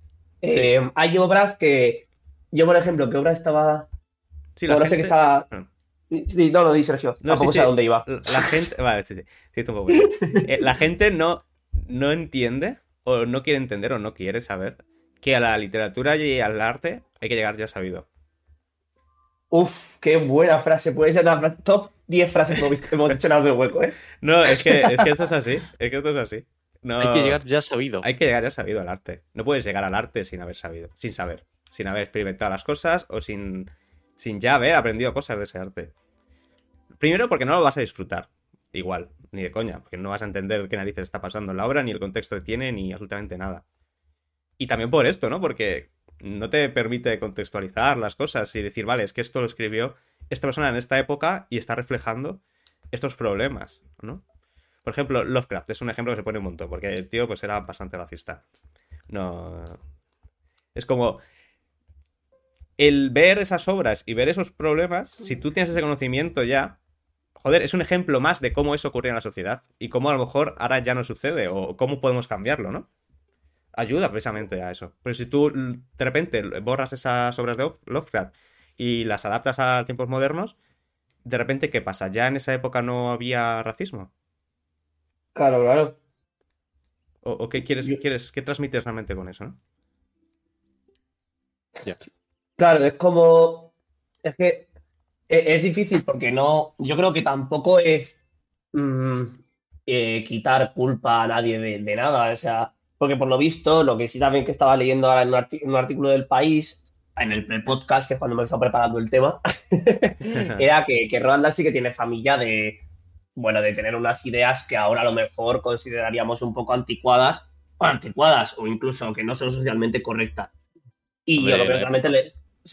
Sí. Hay obras que... Yo, por ejemplo, ¿qué obra estaba...? Sí, la O no sé qué gente. estaba... No, Sí, no lo di, Sergio. no, sí, Tampoco sé a sí. dónde iba. La gente. Vale, sí, sí. Sí, está un poco perdido. La gente no entiende, o no quiere entender, o no quiere saber que a la literatura y al arte hay que llegar ya sabido. Uf, qué buena frase. Puede ser la top 10 frases que hemos dicho en algo de hueco, ¿eh? No, es que esto es así. Es que esto es así. Hay que No. llegar ya sabido. Hay que llegar ya sabido al arte. No puedes llegar al arte sin haber sabido. Sin saber. Sin haber experimentado las cosas o sin ya haber aprendido cosas de ese arte. Primero porque no lo vas a disfrutar. Igual, ni de coña. Porque no vas a entender qué narices está pasando en la obra, ni el contexto que tiene, ni absolutamente nada. Y también por esto, ¿no? Porque no te permite contextualizar las cosas y decir, vale, es que esto lo escribió esta persona en esta época y está reflejando estos problemas, ¿no? Por ejemplo, Lovecraft es un ejemplo que se pone un montón, porque el tío pues era bastante racista. No. Es como el ver esas obras y ver esos problemas, si tú tienes ese conocimiento ya, joder, es un ejemplo más de cómo eso ocurre en la sociedad y cómo a lo mejor ahora ya no sucede o cómo podemos cambiarlo, ¿no? Ayuda precisamente a eso. Pero si tú de repente borras esas obras de Lovecraft y las adaptas a tiempos modernos, de repente, ¿qué pasa? ¿Ya en esa época no había racismo? Claro, claro. ¿O qué quieres, Yo- qué transmites realmente con eso, no? Ya. claro, es como... Es que es difícil porque no... Yo creo que tampoco es mm, quitar culpa a nadie de nada. O sea, porque por lo visto, lo que sí también que estaba leyendo ahora en un artículo del País, en el pre-podcast, que es cuando me estaba preparando el tema, era que Roald Dahl sí que tiene familia de, bueno, de tener unas ideas que ahora a lo mejor consideraríamos un poco anticuadas, o incluso que no son socialmente correctas. Son Y yo lo de que la realmente época.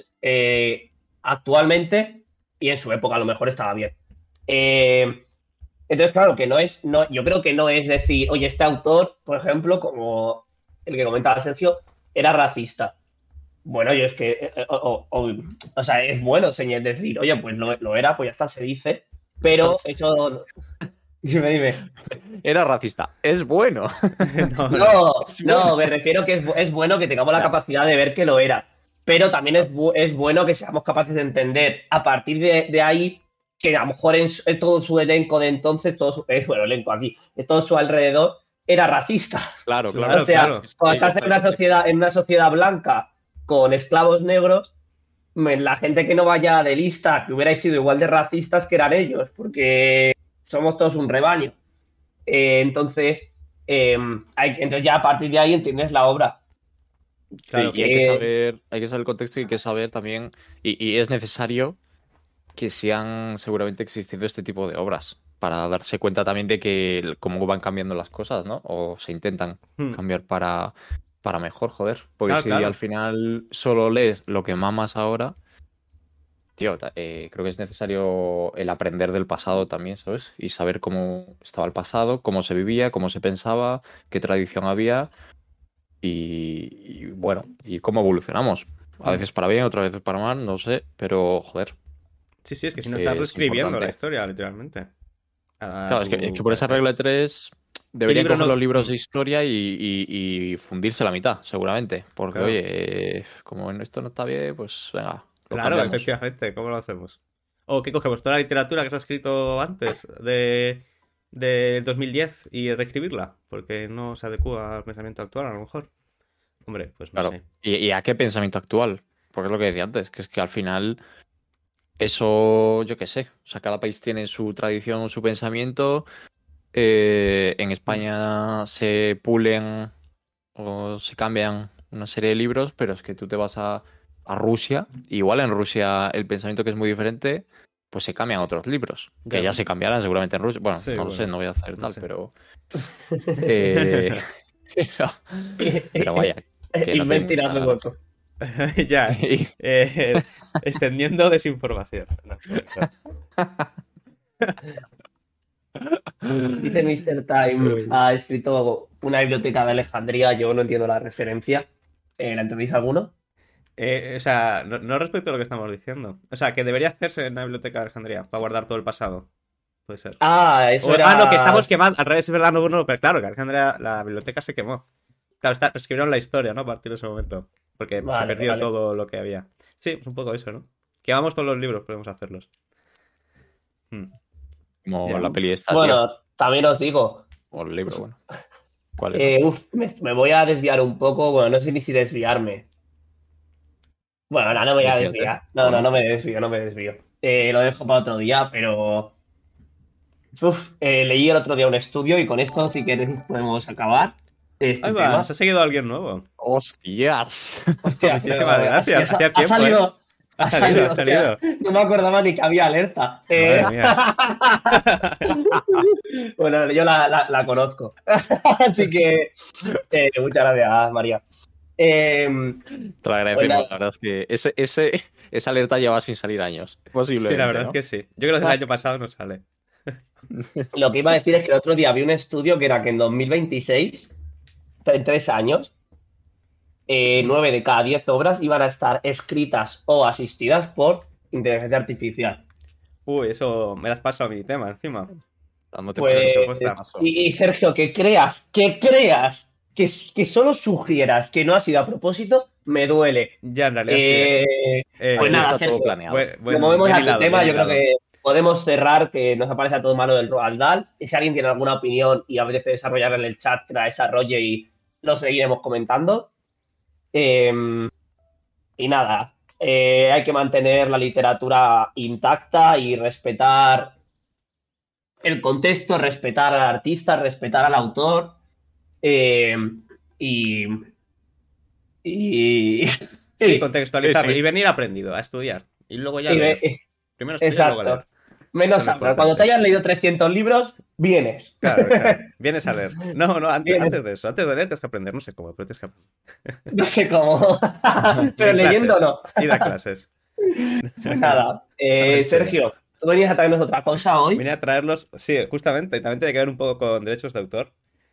actualmente y en su época a lo mejor estaba bien. Eh, entonces, claro, que no es, no, yo creo que no es decir, oye, este autor, por ejemplo, como el que comentaba Sergio, era racista. Bueno, yo es que, o sea, es bueno decir, oye, pues lo era, pues ya está, se dice, pero eso, dime, dime. Era racista. Es bueno. No, no. No, Es bueno. no, me refiero que es bueno que tengamos la Ya. capacidad de ver que lo era, pero también Claro. es bueno que seamos capaces de entender a partir de ahí que a lo mejor en todo su elenco de entonces, bueno, elenco aquí, de todo su alrededor, era racista. Claro, O claro. Claro, sea, claro. cuando Ahí estás está el contexto. en una sociedad blanca con esclavos negros, la gente que no vaya de lista, que hubiera sido igual de racistas que eran ellos, porque somos todos un rebaño. Entonces, entonces ya a partir de ahí entiendes la obra. Sí, Claro. y Eh, hay que saber el contexto y hay que saber también, y es necesario que sigan seguramente existiendo este tipo de obras para darse cuenta también de que cómo van cambiando las cosas, ¿no? O se intentan Hmm. cambiar para mejor, joder. Porque Claro, si al claro. final solo lees lo que mamas ahora, tío, creo que es necesario el aprender del pasado también, ¿sabes? Y saber cómo estaba el pasado, cómo se vivía, cómo se pensaba, qué tradición había y bueno, y cómo evolucionamos. A Hmm. veces para bien, otras veces para mal, no sé, pero joder, Sí, sí, es que es si no estás que es reescribiendo la importante. historia, literalmente. A Claro, es que tu por esa parecer. regla de tres ¿Qué deberían libro coger no? los libros Hmm. de historia y fundirse la mitad, seguramente. Porque, Claro. oye, como esto no está bien, pues venga, lo Claro, cambiamos. efectivamente. ¿Cómo lo hacemos? ¿O qué cogemos? Toda la literatura que se ha escrito antes de 2010 y reescribirla, porque no se adecua al pensamiento actual, a lo mejor. Hombre, pues no Claro. sé. ¿Y a qué pensamiento actual? Porque es lo que decía antes, que es que al final eso, yo qué sé, o sea, cada país tiene su tradición, su pensamiento. En Hmm. España se pulen o se cambian una serie de libros, pero es que tú te vas a Rusia, igual en Rusia el pensamiento que es muy diferente, pues se cambian otros libros, que Ya. ya se cambiarán seguramente en Rusia. Bueno, Sí, no lo sé, bueno. no voy a hacer No tal, sé. pero... eh, pero, pero vaya, que no tiene Invent mucha tirando lógica. hueco. Ya. Y- Extendiendo desinformación. No, no. Dice Mr. Time, ha escrito una biblioteca de Alejandría, yo no entiendo la referencia. ¿La entendéis alguno? O sea, no respecto a lo que estamos diciendo. O sea, que debería hacerse en la biblioteca de Alejandría para guardar todo el pasado. Puede ser. Ah, eso No, que era... estamos quemando. Al revés, es verdad, no, no, pero claro, que Alejandría, la biblioteca se quemó. Claro, reescribieron la historia, ¿no? A partir de ese momento. Porque se Vale, perdió vale. todo lo que había. Sí, es un poco eso, ¿no? Que vamos todos los libros, podemos hacerlos. Como Ya. la peli esta, tío. Bueno, también os digo, O el libro, bueno. ¿Cuál era? me voy a desviar un poco, bueno, no sé ni si desviarme. Bueno, no me voy a Desvíate. desviar. ¿O No, no? no me desvío, no me desvío. Lo dejo para otro día, pero leí el otro día un estudio y con esto, si queréis, podemos acabar este Ahí va, tema. nos ha seguido alguien nuevo. ¡Hostias! Hostia, Muchísimas pero gracias. Hacía ha tiempo, salido, Ha salido, ha hostia, salido. no me acordaba ni que había alerta. Madre mía. Bueno, yo la conozco. Así que muchas gracias, María. Te lo agradecemos, Bueno. la verdad es que esa alerta lleva sin salir años. Sí, la Posiblemente, verdad ¿no? es que sí. Yo creo que el año pasado no sale. Lo que iba a decir es que el otro día vi un estudio que era que en 2026, en 3 años, 9 de cada 10 obras iban a estar escritas o asistidas por inteligencia artificial. Uy, eso me las paso a mi tema encima. Dándote Pues, respuesta. y Sergio, que que solo sugieras que no ha sido a propósito, me duele. Ya, en realidad sí, ¿eh? Pues Aquí nada, está todo Sergio, planeado. nos movemos a tu hilado, tema. bien Yo creo hilado. que podemos cerrar, que nos aparece a todo malo del Roald Dahl. Y si alguien tiene alguna opinión y apetece desarrollar en el chat, que la desarrolle y lo seguiremos comentando. Y nada, hay que mantener la literatura intacta y respetar el contexto, respetar al artista, respetar al autor. eh, y, y, Sí, y- contextualizarlo. Sí. Y venir aprendido a estudiar. Y luego ya y leer. ve- Primero estudiar, luego leer. exacto. Menos Eso es lo hablar. Cuando te importante. hayas leído 300 libros, vienes. Claro, claro. Vienes a leer. No, Vienes. antes de eso. Antes de leer tienes que aprender. No sé cómo, pero tienes que aprender. No sé cómo. Pero En leyendo clases. no. Ir a clases. Pues nada, Aprender historia. Sergio, tú venías a traernos otra cosa hoy. Vine a traerlos. Sí, justamente. Y también tiene que ver un poco con derechos de autor.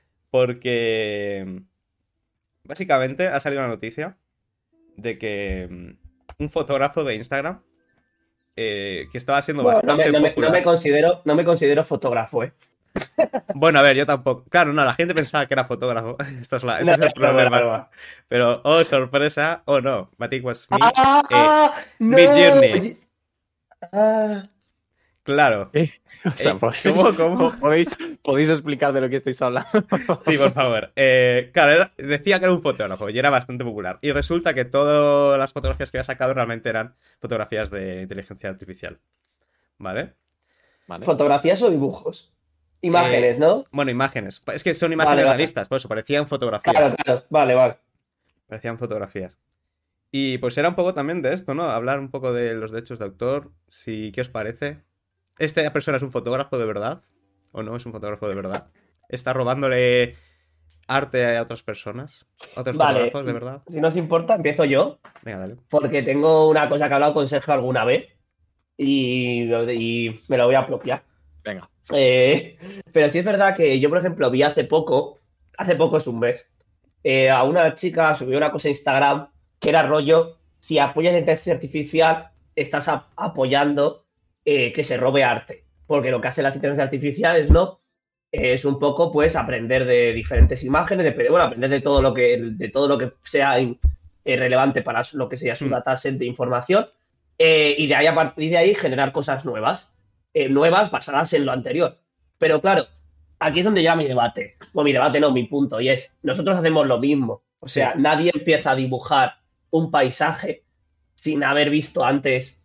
Porque básicamente ha salido una noticia de que un fotógrafo de Instagram que estaba siendo Bueno, bastante popular. no me considero fotógrafo, ¿eh? Bueno, a ver, yo tampoco. Claro, no, la gente pensaba que era fotógrafo. Este es el No, problema. broma. Pero, oh, sorpresa, oh no. Matic was me. ¡No! Midjourney. Ah, Claro. O sea, ¿Cómo? ¿Podéis explicar de lo que estáis hablando? Sí, por favor. Claro, decía que era un fotógrafo y era bastante popular. Y resulta que todas las fotografías que había sacado realmente eran fotografías de inteligencia artificial. ¿Vale? Vale. ¿Fotografías o dibujos? Imágenes, ¿no? Bueno, imágenes. Es que son imágenes Vale. realistas, por eso parecían fotografías. Claro. Vale. Parecían fotografías. Y pues era un poco también de esto, ¿no? Hablar un poco de los derechos de autor. ¿Qué os parece? ¿Esta persona es un fotógrafo de verdad? ¿O no es un fotógrafo de verdad? ¿Está robándole arte a otras personas? ¿A otros Vale. fotógrafos de verdad? Si no os importa, empiezo yo, Venga, dale. porque tengo una cosa que he hablado con Sergio alguna vez y me lo voy a apropiar. Venga. Pero sí es verdad que yo, por ejemplo, vi hace poco es un mes, a una chica subió una cosa a Instagram que era rollo, si apoyas la inteligencia artificial, estás apoyando que se robe arte. Porque lo que hacen las inteligencias artificiales, ¿no? Es un poco, pues, aprender de diferentes imágenes, aprender de todo lo que sea relevante para lo que sea su dataset de información, y de ahí, a partir de ahí, generar cosas nuevas. Nuevas basadas en lo anterior. Pero claro, aquí es donde ya mi debate. Bueno, mi debate no, mi punto. Y es, nosotros hacemos lo mismo. O sea, Sí. nadie empieza a dibujar un paisaje sin haber visto antes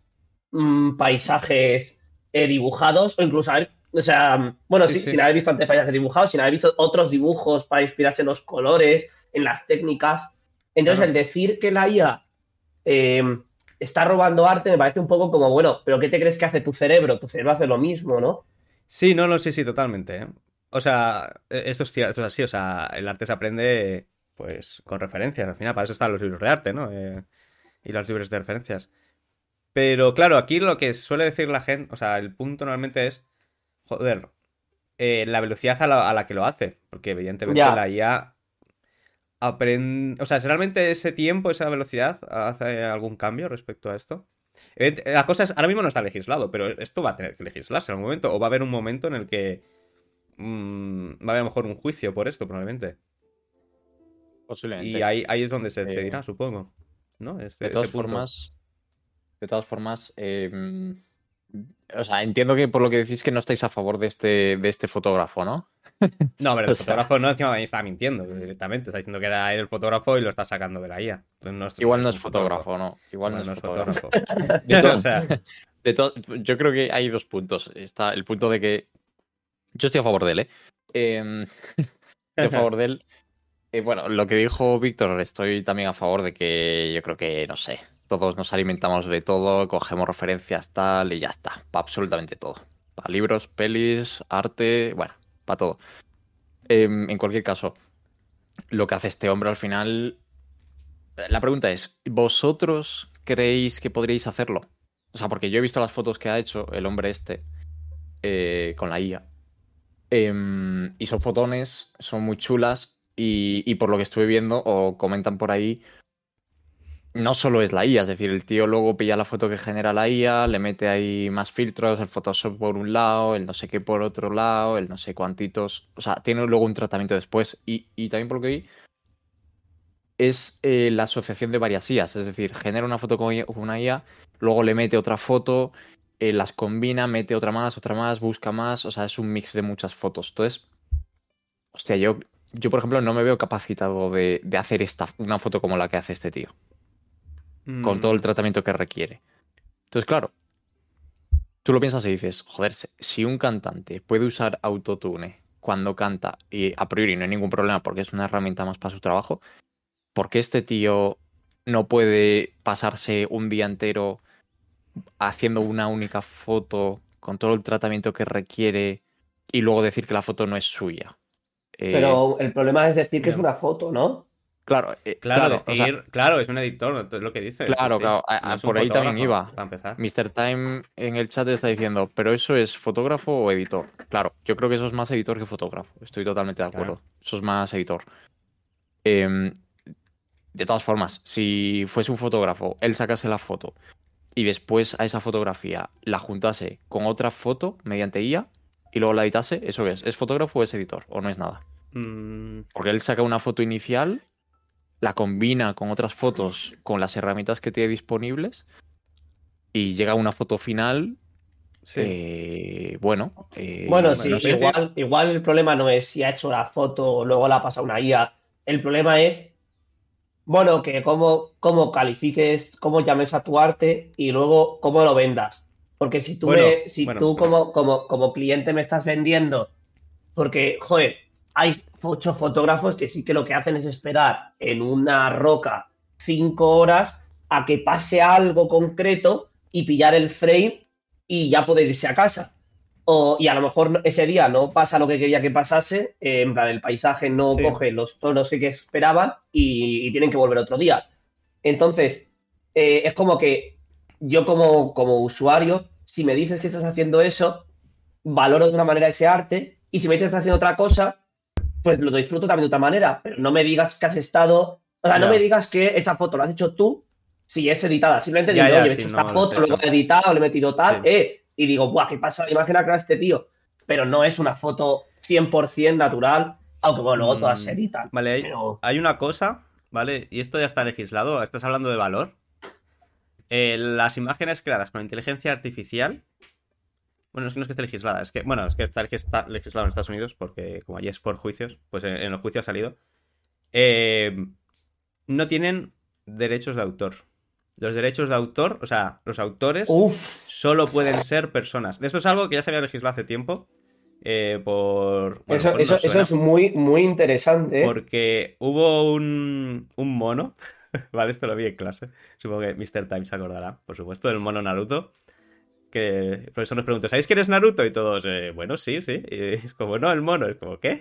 paisajes dibujados o incluso sin haber visto antes paisajes dibujados, sin haber visto otros dibujos para inspirarse en los colores, en las técnicas. Entonces, Claro. el decir que la IA está robando arte me parece un poco como, bueno, pero ¿qué te crees que hace tu cerebro? Tu cerebro hace lo mismo, ¿no? Sí, no, sí, totalmente. ¿Eh? O sea, esto es así. O sea, el arte se aprende, pues, con referencias. Al final, para eso están los libros de arte, ¿no? Y los libros de referencias. Pero claro, aquí lo que suele decir la gente, o sea, el punto normalmente es, joder, la velocidad a la que lo hace. Porque evidentemente Ya. la IA aprende... O sea, ¿realmente ese tiempo, esa velocidad hace algún cambio respecto a esto? La cosa es, ahora mismo no está legislado, pero esto va a tener que legislarse en algún momento. O va a haber un momento en el que va a haber a lo mejor un juicio por esto, probablemente. Posiblemente. Y ahí es donde se Eh, decidirá, supongo. ¿No? de Ese todas punto. formas, de todas formas, o sea, entiendo que por lo que decís que no estáis a favor de este fotógrafo, ¿no? No, pero O el sea, fotógrafo no encima ahí está mintiendo directamente. Está diciendo que era él el fotógrafo y lo está sacando de la IA. Entonces no igual es no un es fotógrafo. fotógrafo, ¿no? Igual no Igual es no es fotógrafo. fotógrafo. De to- O sea, de to- yo creo que hay dos puntos. Está el punto de que yo estoy a favor de él, ¿eh? Estoy a favor de él. Bueno, lo que dijo Víctor, estoy también a favor de que yo creo que, no sé, todos nos alimentamos de todo, cogemos referencias tal y ya está, para absolutamente todo. Para libros, pelis, arte, bueno, para todo. En cualquier caso, lo que hace este hombre al final... La pregunta es, ¿vosotros creéis que podríais hacerlo? O sea, porque yo he visto las fotos que ha hecho el hombre este con la IA. Y son fotones, son muy chulas y por lo que estuve viendo o comentan por ahí, no solo es la IA, es decir, el tío luego pilla la foto que genera la IA, le mete ahí más filtros, el Photoshop por un lado, el no sé qué por otro lado, el no sé cuantitos, o sea, tiene luego un tratamiento después y también por lo que vi es la asociación de varias IAs, es decir, genera una foto con una IA, luego le mete otra foto, las combina, mete otra más, busca más, o sea, es un mix de muchas fotos. Entonces, hostia, yo por ejemplo no me veo capacitado de hacer una foto como la que hace este tío, con todo el mm, tratamiento que requiere. Entonces, claro, tú lo piensas y dices, joder, si un cantante puede usar autotune cuando canta y a priori no hay ningún problema porque es una herramienta más para su trabajo, ¿por qué este tío no puede pasarse un día entero haciendo una única foto con todo el tratamiento que requiere y luego decir que la foto no es suya? Eh, Pero el problema es decir que es ya. una foto, ¿no? claro, Claro, claro, o sea, decir, claro, es un editor, es lo que dice, sí, claro, sí. claro, No es un por ahí también fotógrafo, iba. para empezar. Mr. Time en el chat está diciendo, pero eso es fotógrafo o editor. Claro, yo creo que eso es más editor que fotógrafo. Estoy totalmente de Claro. acuerdo. Eso es más editor. Em, de todas formas, si fuese un fotógrafo, él sacase la foto y después a esa fotografía la juntase con otra foto mediante IA y luego la editase, ¿eso qué es? ¿Es fotógrafo o es editor? ¿O no es nada? Mm, Porque él saca una foto inicial, la combina con otras fotos con las herramientas que tiene disponibles y llega a una foto final, sí. bueno, Bueno, Bueno, sí, no sé. igual el problema no es si ha hecho la foto o luego la ha pasado una IA. El problema es, bueno, que cómo califiques, cómo llames a tu arte y luego cómo lo vendas. Porque Bueno, si bueno, tú bueno. como cliente me estás vendiendo, porque, joder, hay muchos fotógrafos que sí que lo que hacen es esperar en una roca 5 horas a que pase algo concreto y pillar el frame y ya poder irse a casa. Y a lo mejor ese día no pasa lo que quería que pasase, en plan el paisaje no Sí. coge los tonos que esperaban y tienen que volver otro día. Entonces, es como que yo como usuario, si me dices que estás haciendo eso, valoro de una manera ese arte y si me dices que estás haciendo otra cosa, pues lo disfruto también de otra manera, pero no me digas que has estado, o sea, no me Ya. digas que esa foto la has hecho tú si es editada. Simplemente Ya, dime, ya, oye, he sí, hecho esta no lo has foto, luego hecho. he editado, le he metido tal, Sí. y digo, buah, qué pasa, imagen ha creado este tío. Pero no es una foto 100% natural, aunque bueno, luego todas se Mm, editan. vale, Pero, hay una cosa, ¿vale? Y esto ya está legislado, estás hablando de valor. Las imágenes creadas con inteligencia artificial. Bueno, es que no es que esté legislada, es que, bueno, es que está legislado en Estados Unidos, porque como allí es por juicios, pues en los juicios ha salido. Eh, no tienen derechos de autor. Los derechos de autor, o sea, los autores uff, solo pueden ser personas. Esto es algo que ya se había legislado hace tiempo. Bueno, a lo mejor no eso es suena. muy interesante, ¿eh? Porque hubo un mono. Vale, esto lo vi en clase. Supongo que Mr. Time se acordará, por supuesto, del mono Naruto. Que el profesor nos preguntó, ¿sabéis quién es Naruto? Y todos, bueno, sí, sí. Y es como, no, el mono. Es como, ¿qué?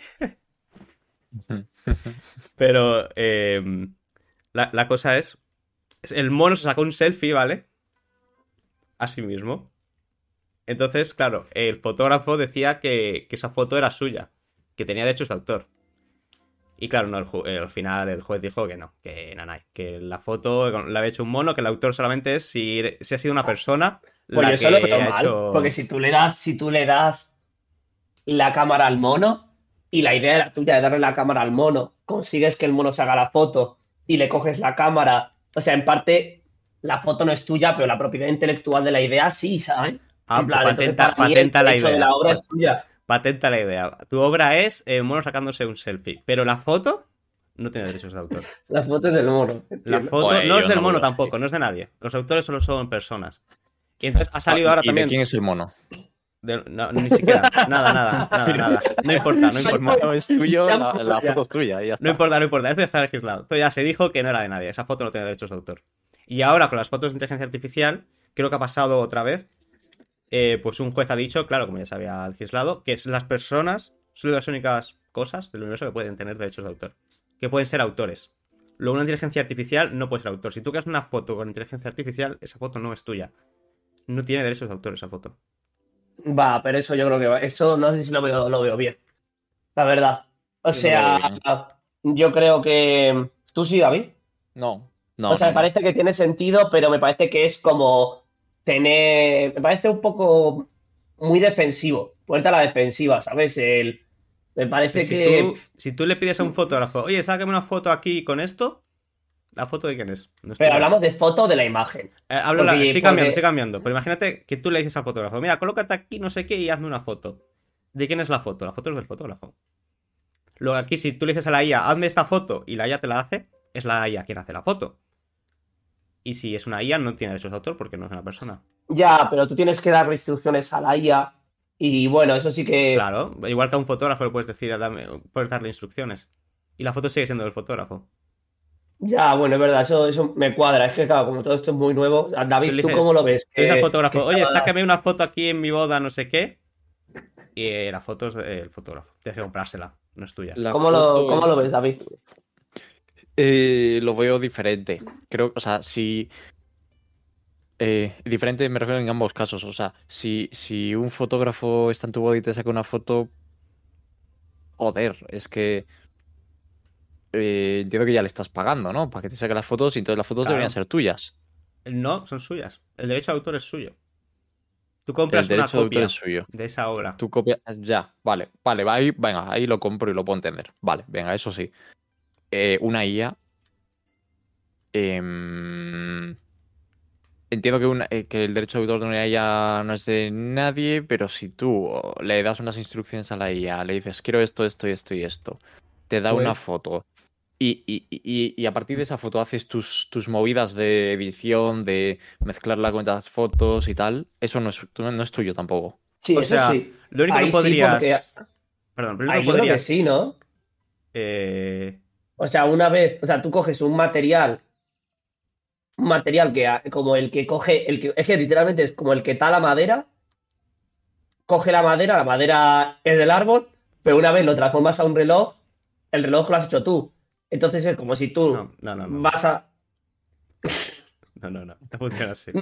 Pero la cosa es, el mono se sacó un selfie, ¿vale? A sí mismo. Entonces, claro, el fotógrafo decía que esa foto era suya, que tenía derechos de autor. Y claro, no, al final el juez dijo que no, que nanay, que la foto la había hecho un mono, que el autor solamente es si ha sido una persona Pues yo la eso lo que veo ha mal, porque hecho... si tú le das la cámara al mono y la idea era tuya de darle la cámara al mono consigues que el mono se haga la foto y le coges la cámara, o sea, en parte la foto no es tuya, pero la propiedad intelectual de la idea sí, ¿sabes? En plan, entonces para mí el patenta la hecho de idea. la obra es tuya. Patenta la idea. Tu obra es mono sacándose un selfie, pero la foto no tiene derechos de autor. Las fotos del mono. La entiendo. foto Joder, no es yo del no mono veo tampoco, así. no es de nadie. Los autores solo son personas. Y entonces ha salido ahora ¿Y también. de quién es el mono? No, ni siquiera. Nada. No importa, no Si el importa. mono es tuyo, Ya, la ya. foto es tuya y ya está. No importa. Esto ya está legislado. Esto ya se dijo que no era de nadie. Esa foto no tiene derechos de autor. Y ahora con las fotos de inteligencia artificial, creo que ha pasado otra vez. Pues un juez ha dicho, claro, como ya se había legislado, que las personas son las únicas cosas del universo que pueden tener derechos de autor. Que pueden ser autores. Luego una inteligencia artificial no puede ser autor. Si tú creas una foto con inteligencia artificial, esa foto no es tuya. No tiene derechos de autor esa foto. Va, pero eso yo creo que va. Eso no sé si lo veo bien. La verdad. O Yo no lo sea, veo yo creo que. ¿Tú sí, David? No, O sea, me no. parece que tiene sentido, pero me parece que es como tener. Me parece un poco muy defensivo. Puerta a la defensiva, ¿sabes? Me parece que. Si tú le pides a un fotógrafo, oye, sácame una foto aquí con esto, ¿la foto de quién es? No es Pero tuya. hablamos de foto de la imagen. Porque- Estoy cambiando. Pero imagínate que tú le dices al fotógrafo, mira, colócate aquí no sé qué y hazme una foto. ¿De quién es la foto? La foto es del fotógrafo. Luego aquí, si tú le dices a la IA, hazme esta foto y la IA te la hace, es la IA quien hace la foto. Y si es una IA, no tiene derechos de autor porque no es una persona. Ya, pero tú tienes que darle instrucciones a la IA. Y bueno, eso sí que. Claro, igual que a un fotógrafo le puedes decir, puedes darle instrucciones. Y la foto sigue siendo del fotógrafo. Ya, bueno, es verdad, eso me cuadra. Es que, claro, como todo esto es muy nuevo. Tú David, le ¿tú dices, cómo lo ves? tú dices al Que fotógrafo, oye, estaban las- sácame una foto aquí en mi boda, no sé qué. Y la foto es del fotógrafo. Tienes que comprársela, no es tuya. La ¿Cómo foto lo es- ves, David? Lo veo diferente. Creo, o sea, si. Diferente me refiero en ambos casos. O sea, si un fotógrafo está en tu boda y te saca una foto. Joder, es que. Entiendo que ya le estás pagando, ¿no? Para que te saque las fotos y entonces las fotos Claro. deberían ser tuyas. No, son suyas. El derecho de autor es suyo. Tú El compras una derecho de autor copia es suyo. de esa obra. Tu copia. Ya, vale, ahí, venga, ahí lo compro y lo puedo entender. Vale, venga, eso sí. Una IA. Entiendo que el derecho de autor de una IA no es de nadie, pero si tú le das unas instrucciones a la IA, le dices, quiero esto, esto y esto y esto, te da una Pues- foto y a partir de esa foto haces tus movidas de edición, de mezclarla con las fotos y tal, eso no es tuyo tampoco. Sí, O eso sea, sí. Lo único Ahí que sí, podrías. porque Perdón, lo único ahí que yo creo que podrías. sí, ¿no? eh, O sea, una vez, o sea, tú coges un material como el que coge, es que literalmente es como el que tala madera, coge la madera es del árbol, pero una vez lo transformas a un reloj, el reloj lo has hecho tú. Entonces es como si tú No. vas a. No funciona así.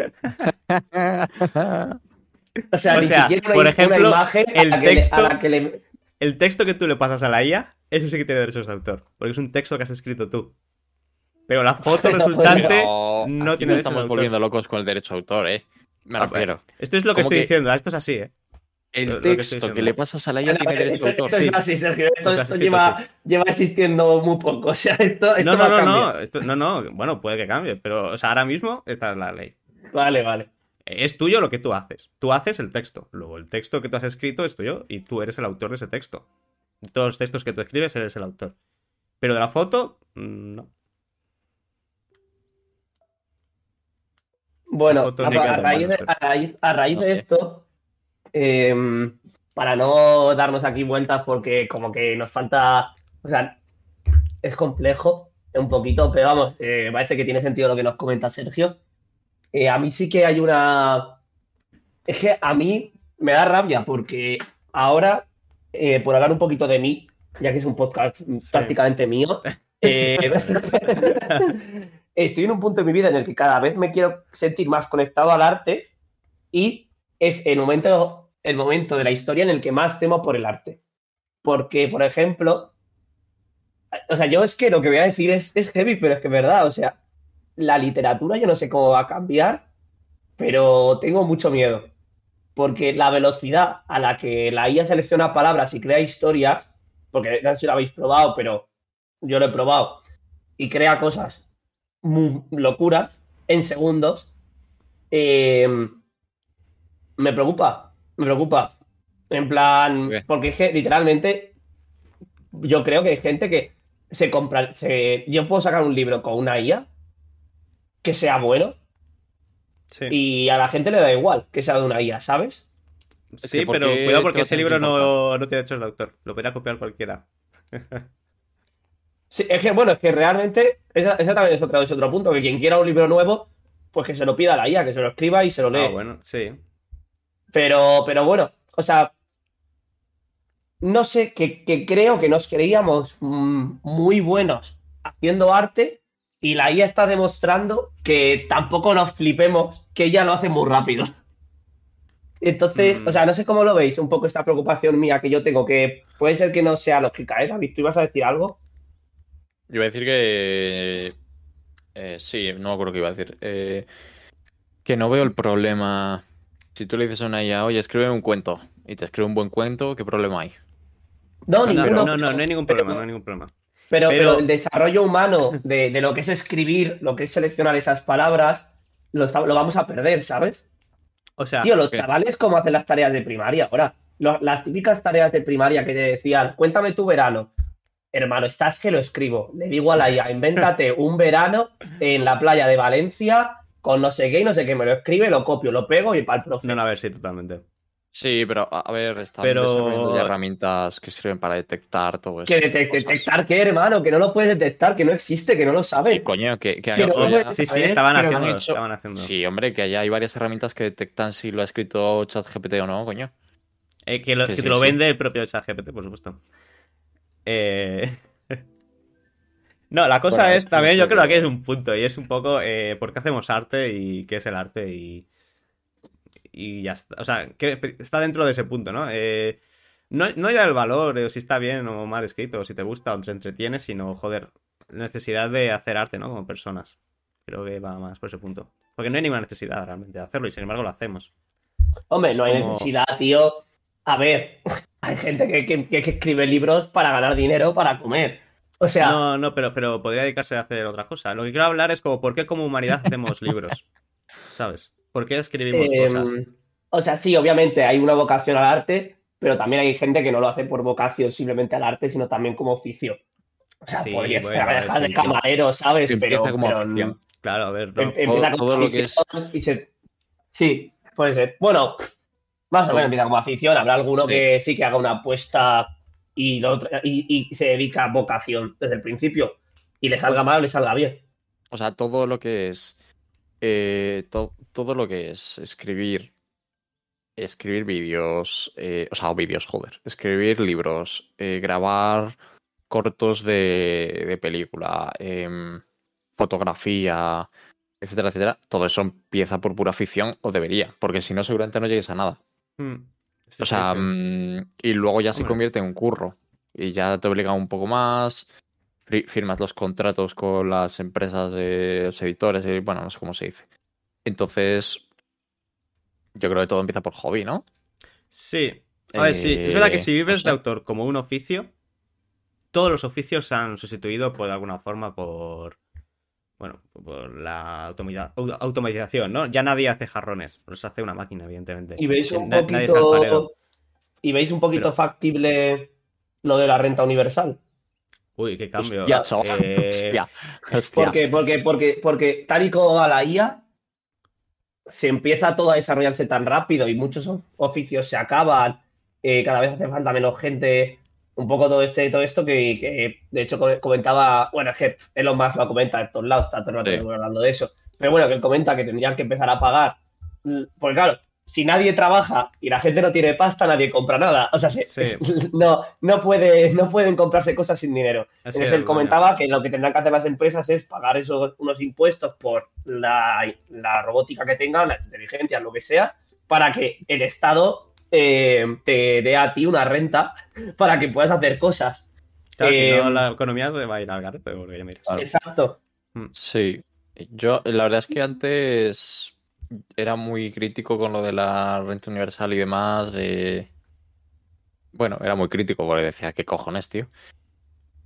O sea, O ni sea, siquiera por una ejemplo, imagen el texto- a la que le. El texto que tú le pasas a la IA, eso sí que tiene derechos de autor. Porque es un texto que has escrito tú. Pero la foto Pero, resultante Pero no aquí tiene nos derechos de estamos autor. volviendo locos con el derecho de autor, ¿eh? Me Ah, refiero. Esto es lo que ¿Cómo estoy que diciendo, esto es así, ¿eh? el lo que estoy texto que diciendo. le pasas a la IA tiene derecho de autor? Esto sí. es así, Sergio. Lo que has Esto escrito, lleva existiendo muy poco. O sea, esto No, va a cambiar. no. Bueno, puede que cambie, pero o sea, ahora mismo esta es la ley. Vale. Es tuyo lo que tú haces. Tú haces el texto. Luego el texto que tú has escrito es tuyo y tú eres el autor de ese texto. Todos los textos que tú escribes eres el autor. Pero de la foto, no. Bueno, La foto a, sí que a es raíz normal, de, pero- a raíz No de sé. esto, para no darnos aquí vueltas porque como que nos falta, o sea, es complejo un poquito, pero vamos, parece que tiene sentido lo que nos comenta Sergio. A mí sí que hay una. Es que a mí me da rabia porque ahora, por hablar un poquito de mí, ya que es un podcast prácticamente mío, estoy en un punto de mi vida en el que cada vez me quiero sentir más conectado al arte y es el momento de la historia en el que más temo por el arte. Porque, por ejemplo, o sea, yo es que lo que voy a decir es heavy, pero es que es verdad, o sea, la literatura yo no sé cómo va a cambiar, pero tengo mucho miedo. Porque la velocidad a la que la IA selecciona palabras y crea historias, porque no sé si lo habéis probado, pero yo lo he probado, y crea cosas muy locuras en segundos, eh, me preocupa, me preocupa. En plan, Ok. porque es que literalmente yo creo que hay gente que se compra, yo puedo sacar un libro con una IA que sea bueno Sí. y a la gente le da igual que sea de una IA, ¿sabes? Es que Sí, ¿por pero cuidado qué te porque va a ese tener que libro importar? no tiene derechos de autor. Lo podría copiar cualquiera. Sí, es que bueno, es que realmente esa también es otro punto, que quien quiera un libro nuevo, pues que se lo pida a la IA, que se lo escriba y se lo Ah, lee. bueno, sí. Pero bueno, o sea, no sé, que creo que nos creíamos muy buenos haciendo arte y la IA está demostrando que tampoco nos flipemos, que ella lo hace muy rápido. Entonces, o Mm, sea, no sé cómo lo veis, un poco esta preocupación mía que yo tengo, que puede ser que no sea lógica, ¿eh, David? ¿Tú ibas a decir algo? Yo iba a decir que... sí, no me acuerdo qué iba a decir. Que no veo el problema. Si tú le dices a una IA, oye, escribe un cuento, y te escribe un buen cuento, ¿qué problema hay? No, no, ninguno, no hay ningún problema, no hay pero, ningún problema. pero el Pero, desarrollo humano de lo que es escribir, lo que es seleccionar esas palabras, lo vamos a perder, ¿sabes? o Tío, sea, los ¿Qué? chavales, ¿cómo hacen las tareas de primaria ahora? Las típicas tareas de primaria que te decían, cuéntame tu verano. Hermano, estás que lo escribo. Le digo a la IA, invéntate un verano en la playa de Valencia con no sé qué y no sé qué. Me lo escribe, lo copio, lo pego y para el no, profe. a ver, sí, totalmente. Sí, pero a ver, están Pero, desarrollando ya herramientas que sirven para detectar todo Que ese tipo de cosas. detectar qué, hermano, que no lo puedes detectar, que no existe, que no lo Sí, saben. coño, que han Que no, no hecho lo puedes ya. sí, sí, saber, estaban pero Han haciéndolo, hecho. estaban haciendo. Sí, hombre, que allá hay varias herramientas que detectan si lo ha escrito ChatGPT o no, coño. Que Que te sí, lo sí. vende el propio ChatGPT, por supuesto. Eh, No, la Bueno, cosa es no también, yo sé, creo que aquí es pero. un punto, y es un poco por qué hacemos arte y qué es el arte y ya está. O sea, que está dentro de ese punto, ¿no? No ya el valor, o si está bien o mal escrito, o si te gusta o te entretiene, sino, joder, la necesidad de hacer arte, ¿no? Como personas. Creo que va más por ese punto. Porque no hay ninguna necesidad realmente de hacerlo y sin embargo lo hacemos. hombre, Es no hay como... necesidad, tío. A ver, hay gente que escribe libros para ganar dinero, para comer. O sea, No, pero podría dedicarse a hacer otra cosa. Lo que quiero hablar es como por qué como humanidad hacemos libros, ¿sabes? ¿Por qué escribimos cosas? Eh, o sea, sí, obviamente hay una vocación al arte, pero también hay gente que no lo hace por vocación simplemente al arte, sino también como oficio. O sea, Sí, podrías bueno, a ver, trabajar de sí, sí. camarero, ¿sabes? Empieza como Pero afición. Claro, a ver, no. Todo, empieza como todo lo que afición es. y se... Sí, puede ser. Bueno, más o menos Todo, empieza como afición. Habrá alguno sí. que sí que haga una apuesta y se dedica a vocación desde el principio y le O, salga mal o le salga bien. o sea, todo lo que es. Todo lo que es escribir. Escribir vídeos. O sea, vídeos, joder. Escribir libros. Grabar cortos de película. Fotografía. Etcétera, etcétera. Todo eso empieza por pura afición, o debería. Porque si no, seguramente no llegues a nada. Hmm. O Sí, sí, sea, sí. y luego ya se Hombre. convierte en un curro. Y ya te obliga un poco más. Firmas los contratos con las empresas de los editores. Y, bueno, no sé cómo se dice. Entonces, yo creo que todo empieza por hobby, ¿no? Sí. A ver, sí. Es verdad que si No vives de sé. autor como un oficio, todos los oficios se han sustituido por de alguna forma bueno, por la automatización, ¿no? Ya nadie hace jarrones, los hace una máquina, evidentemente. Y veis un Nadie es alfarero. poquito, y veis un poquito Pero, factible lo de la renta universal. uy, qué cambio. Hostia, chaval. Hostia. Hostia. Porque tal y como va la IA, se empieza todo a desarrollarse tan rápido y muchos oficios se acaban, cada vez hace falta menos gente, un poco todo esto que de hecho comentaba, bueno, es que Elon Musk lo comenta en todos lados, está todo el rato Sí. hablando de eso, pero bueno, que él comenta que tendrían que empezar a pagar, porque claro, si nadie trabaja y la gente no tiene pasta, nadie compra nada, o sea, sí, no pueden comprarse cosas sin dinero. así Entonces es, él coño. comentaba que lo que tendrán que hacer las empresas es pagar unos impuestos por la robótica que tengan, la inteligencia, lo que sea, para que el Estado te dé a ti una renta para que puedas hacer cosas. Claro, si no, Eh, la economía se va a ir al garete, porque ya miras. Claro. exacto. Hmm. Sí. Yo, la verdad es que antes era muy crítico con lo de la renta universal y demás. Bueno, era muy crítico porque decía, ¿qué cojones, tío?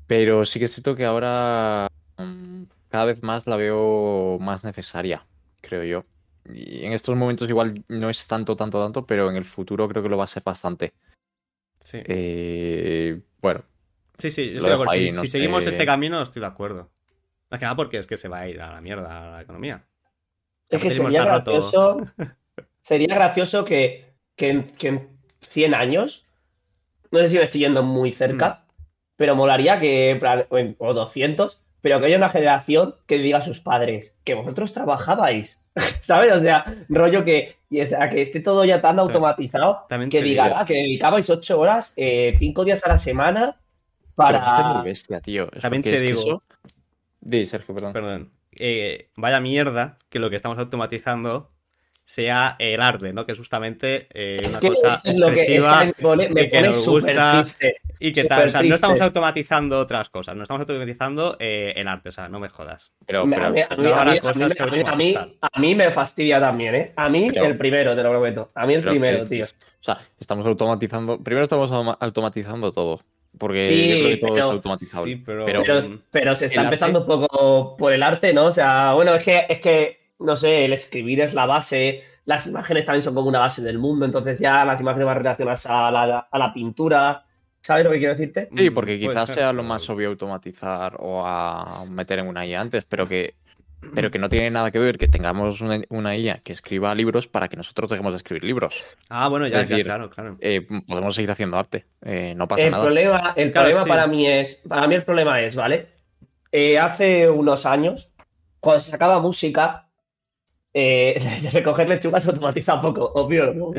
Pero sí que es cierto que ahora cada vez más la veo más necesaria, creo yo. Y en estos momentos igual no es tanto, pero en el futuro creo que lo va a ser bastante. Sí. Bueno, Sí, yo lo estoy de dejo acuerdo. ahí, Si, no si seguimos este sé. camino, estoy de acuerdo. Más que nada porque es que se va a ir a la mierda la economía. El Es que capitalismo está roto. sería gracioso que en 100 años, no sé si me estoy yendo muy Mm, cerca, pero molaría que, en plan, o 200, pero que haya una generación que diga a sus padres que vosotros trabajabais, ¿sabes? O sea, rollo o sea, que esté todo ya tan ta- automatizado también que te diga, digo, que dedicabais 8 horas, 5 días a la semana Que me parece muy para... bestia, tío. Es también porque te es que digo, eso. Di, Sergio, perdón. perdón, vaya mierda que lo que estamos automatizando sea el arte, ¿no? Que es justamente Es una que cosa es que expresiva me y que pone nos súper gusta triste, y que tal. O súper sea, no estamos triste. automatizando otras cosas, no estamos automatizando el arte, o sea, no me jodas. Pero, No habrá cosas que automatizar. a mí me fastidia también, ¿eh? A mí el pero, primero, te lo prometo. A mí el pero primero, tío. o sea, estamos automatizando. Primero estamos automatizando todo. Porque yo creo que Sí, todo es Sí, automatizable. pero Pero pero se está el arte. empezando un poco por el arte, ¿no? O sea, bueno, no sé, el escribir es la base, las imágenes también son como una base del mundo, entonces ya las imágenes van relacionadas a la pintura. ¿Sabes lo que quiero decirte? Sí, porque puede quizás ser, sea lo más pero... obvio automatizar o a meter en una IA antes, pero que no tiene nada que ver que tengamos una IA que escriba libros para que nosotros dejemos de escribir libros. Ah, bueno, Es ya, decir, claro, claro. podemos seguir haciendo arte, no pasa nada. El Claro, problema sí. para mí el problema es, ¿vale? Hace unos años, cuando se sacaba música, recoger lechugas se automatiza poco, obvio, ¿no?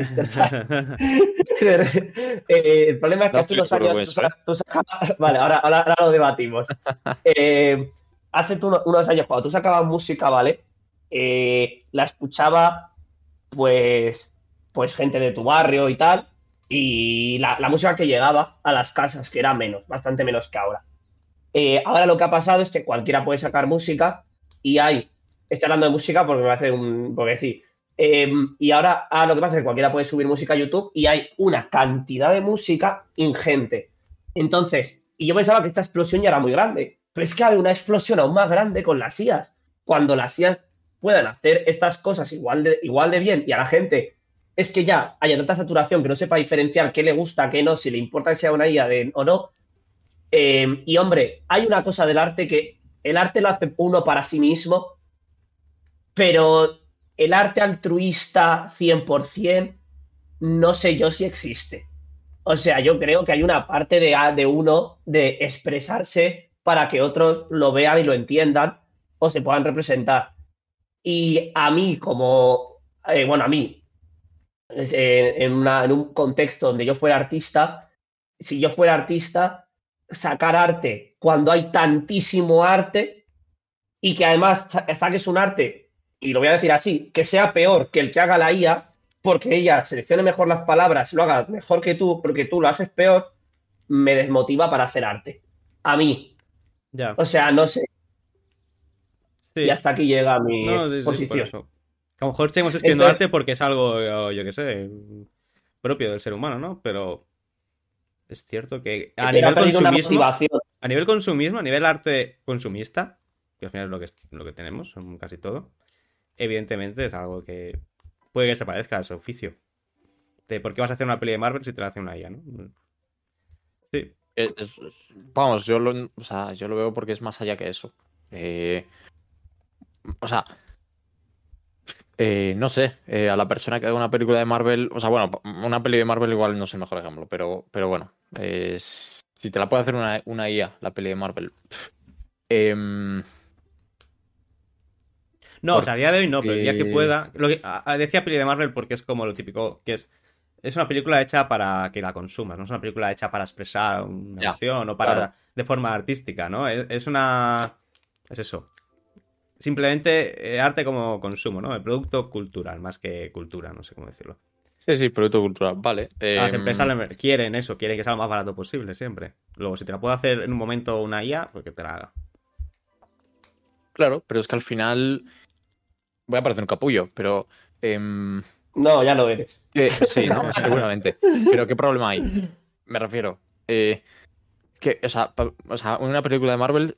El problema es No que hace estoy de unos acuerdo años con eso, ¿eh? tú sacabas. Vale, ahora lo debatimos. Eh, unos años, cuando tú sacabas música, ¿vale? La escuchaba, pues, pues gente de tu barrio y tal, y la música que llegaba a las casas, que era menos, bastante menos que ahora. Ahora lo que ha pasado es que cualquiera puede sacar música y estoy hablando de música porque me hace porque sí. Y ahora lo que pasa es que cualquiera puede subir música a YouTube y hay una cantidad de música ingente. Entonces, y yo pensaba que esta explosión ya era muy grande, pero es que hay una explosión aún más grande con las IAs. Cuando las IAs puedan hacer estas cosas igual de bien y a la gente es que ya haya tanta saturación que no sepa diferenciar qué le gusta, qué no, si le importa que sea una IA o no, y hombre, hay una cosa del arte que el arte lo hace uno para sí mismo, pero el arte altruista 100% no sé yo si existe. O sea, yo creo que hay una parte de uno de expresarse para que otros lo vean y lo entiendan o se puedan representar. Y a mí, bueno, a mí, en un contexto donde yo fuera artista, si yo fuera artista, sacar arte cuando hay tantísimo arte y que además saques un arte, y lo voy a decir así, que sea peor que el que haga la IA, porque ella seleccione mejor las palabras, lo haga mejor que tú, porque tú lo haces peor, me desmotiva para hacer arte. A mí. Ya. O sea, no sé. Y Sí. hasta aquí llega mi No, sí, por posición. eso. A lo mejor seguimos escribiendo Entonces, arte porque es algo, yo qué sé, propio del ser humano, ¿no? Pero es cierto que pero ha perdido una motivación. a nivel consumismo, a nivel arte consumista, que al final es lo que tenemos, son casi todo, evidentemente es algo que puede que se parezca a ese oficio. De por qué vas a hacer una peli de Marvel si te la hace una IA, ¿no? Sí. Vamos, o sea, yo lo veo porque es más allá que eso. Eh, o sea, no sé, a la persona que haga una película de Marvel, o sea, bueno, una peli de Marvel igual no es el mejor ejemplo, pero bueno, si te la puede hacer una IA, la peli de Marvel. em, No, o sea, a día de hoy no, pero el día que porque... pueda. Decía peli de Marvel porque es como lo típico, que es una película hecha para que la consumas, no es una película hecha para expresar una Ya, emoción o claro. para de forma artística, ¿no? Es una. Es eso. Simplemente arte como consumo, ¿no? El producto cultural, más que cultura, no sé cómo decirlo. Sí, sí, producto cultural, vale. Las empresas quieren eso, quieren que sea lo más barato posible, siempre. Luego, si te la puedo hacer en un momento una IA, pues que te la haga. Claro, pero es que al final voy a parecer un capullo, pero... em, No, ya lo eres. sí, ¿no? Seguramente. Pero ¿qué problema hay? Me refiero. O sea, una película de Marvel,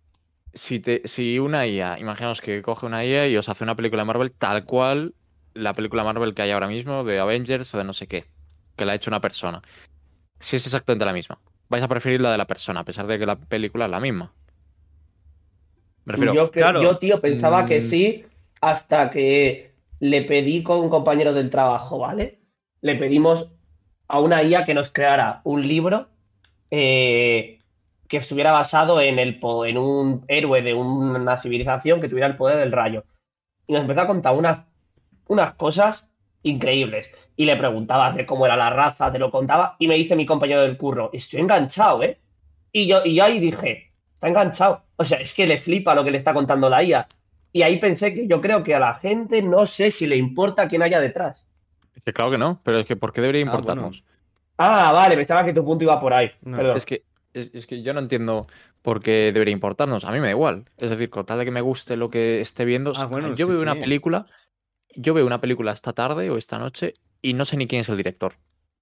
si una IA, imaginaos que coge una IA y os hace una película de Marvel tal cual la película Marvel que hay ahora mismo, de Avengers o de no sé qué, que la ha hecho una persona. Si es exactamente la misma, vais a preferir la de la persona, a pesar de que la película es la misma. Me refiero, Yo, Claro. tío, pensaba que sí, hasta que le pedí con un compañero del trabajo, ¿vale? Le pedimos a una IA que nos creara un libro eh, que estuviera basado en un héroe de una civilización que tuviera el poder del rayo. Y nos empezó a contar unas cosas increíbles. Y le preguntaba de cómo era la raza, te lo contaba, y me dice mi compañero del curro, estoy enganchado, ¿eh? Y yo ahí dije, está enganchado. O sea, es que le flipa lo que le está contando la IA. Y ahí pensé que yo creo que a la gente no sé si le importa quién haya detrás. es que claro que no, pero es que ¿por qué debería Ah, bueno. importarnos? Ah, vale, pensaba que tu punto iba por ahí. No. Perdón. Es que, es que yo no entiendo por qué debería importarnos. A mí me da igual. Es decir, con tal de que me guste lo que esté viendo. Ah, bueno, Yo sí, veo sí. una película, yo veo una película esta tarde o esta noche y no sé ni quién es el director.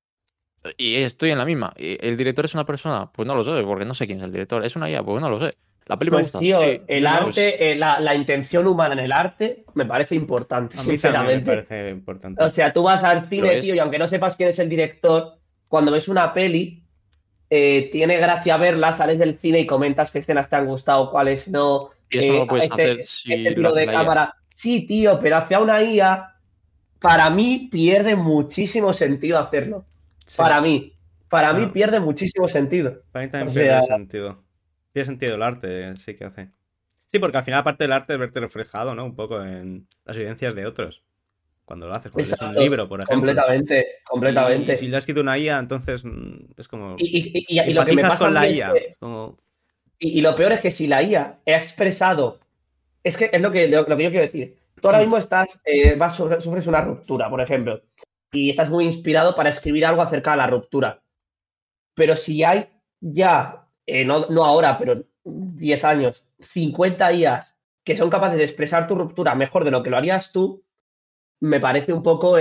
Y estoy en la misma. ¿El director es una persona? Pues no lo sé, porque no sé quién es el director. ¿Es una IA? Pues no lo sé. ¿La peli me Pues, gusta? Sí. tío, el No, no. Pues arte, la intención humana en el arte me parece importante, A mí también me sinceramente. parece O importante. sea, tú vas al lo cine, tío, y es. aunque no sepas quién es el director, cuando ves una peli, tiene gracia verla, sales del cine y comentas qué escenas te han gustado, cuáles no, Y eso no lo puedes hacer este si lo tiro hace de la IA. cámara. Sí, tío, pero hacia una IA, para mí pierde muchísimo sentido hacerlo. Sí. Para mí. Para mí Bueno, pierde muchísimo sentido. para mí O también sea, pierde sentido. Pierde sentido el arte, sí que hace. Sí, porque al final, aparte del arte, es verte reflejado, ¿no? Un poco en las vivencias de otros. Cuando lo haces, cuando lees un exacto, libro, por ejemplo. completamente, Y si lo completamente. ha escrito una IA, entonces es como. Y lo que me Empatizas pasa a con mí la es IA. que, Como. y lo peor es que si la IA ha expresado, es que es lo que yo quiero decir. Tú ahora mismo estás, sufres una ruptura, por ejemplo, y estás muy inspirado para escribir algo acerca de la ruptura. Pero si hay ya, no ahora, pero en 10 años, 50 IAs que son capaces de expresar tu ruptura mejor de lo que lo harías tú, me parece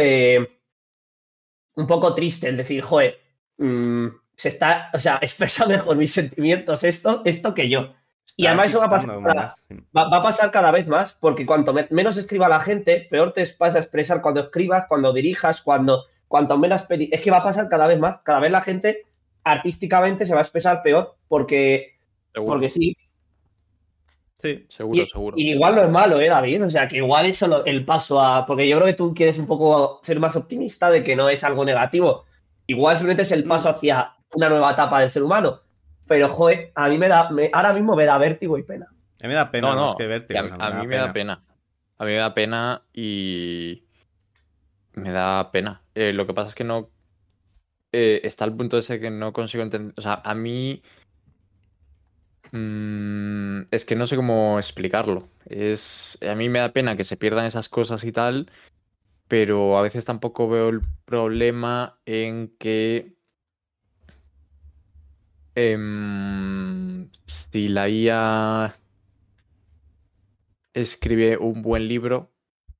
un poco triste el decir, joder, se está, o sea, expresa mejor mis sentimientos esto que yo. Y Está además eso quitando humanidad. Sí. va a pasar cada vez más, porque cuanto menos escriba la gente, peor te vas a expresar cuando escribas, cuando dirijas, cuanto menos... Es que va a pasar cada vez más. Cada vez la gente artísticamente se va a expresar peor, Seguro. porque sí. Sí. Seguro, seguro. Y igual no es malo, David? O sea, que igual eso el paso a... Porque yo creo que tú quieres un poco ser más optimista de que no es algo negativo. Igual simplemente es el paso Mm, hacia una nueva etapa del ser humano. Pero, joder, a mí ahora mismo me da vértigo y pena. A mí me da pena No, más que no. Y vértigo. O sea, me a da mí me da pena. pena. A mí me da pena y me da pena. Lo que pasa es que no está al punto ese que no consigo entender. O sea, a mí es que no sé cómo explicarlo. A mí me da pena que se pierdan esas cosas y tal, pero a veces tampoco veo el problema en que si la IA escribe un buen libro,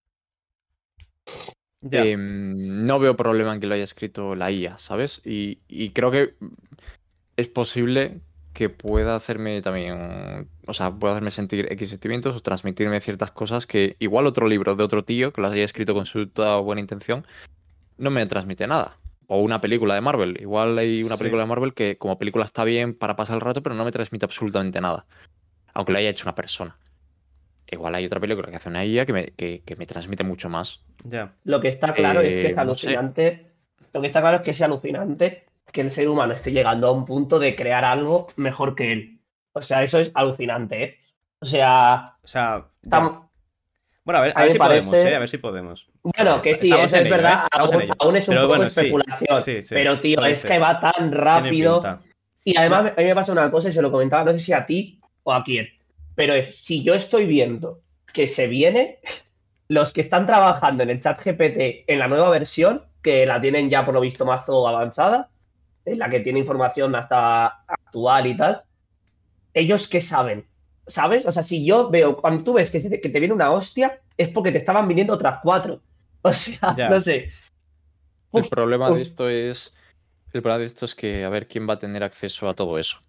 Ya. no veo problema en que lo haya escrito la IA, ¿sabes? Y creo que es posible que pueda hacerme también, o sea, pueda hacerme sentir X sentimientos o transmitirme ciertas cosas que igual otro libro de otro tío que lo haya escrito con su toda buena intención no me transmite nada. O una película de Marvel. Igual hay una Sí. película de Marvel que como película está bien para pasar el rato, pero no me transmite absolutamente nada. Aunque lo haya hecho una persona. Igual hay otra película que hace una IA que me transmite mucho más. Ya. Lo que está claro es que es No sé. alucinante. Lo que está claro es que es alucinante que el ser humano esté llegando a un punto de crear algo mejor que él. O sea, eso es alucinante, ¿eh? O sea, O sea, ya. estamos, Bueno, a a mí ver me si podemos, ¿eh? parece. A ver si podemos. Bueno, que sí, Estamos eso en es ello, ¿eh? verdad, Estamos en ello. aún es un Pero poco bueno, sí. especulación, Sí, sí. pero tío, Puede es que ser. va tan Tiene rápido. pinta. Y No, además a mí me pasa una cosa y se lo comentaba, no sé si a ti o a quién, pero es, si yo estoy viendo que se viene, los que están trabajando en el chat GPT en la nueva versión, que la tienen ya por lo visto mazo avanzada, en la que tiene información hasta actual y tal, ellos qué saben, ¿sabes? O sea, si yo veo, cuando tú ves que te viene una hostia, es porque te estaban viniendo otras cuatro. O sea, no ya. sé. El Uf, problema de uf. esto es. El problema de esto es que a ver quién va a tener acceso a todo eso.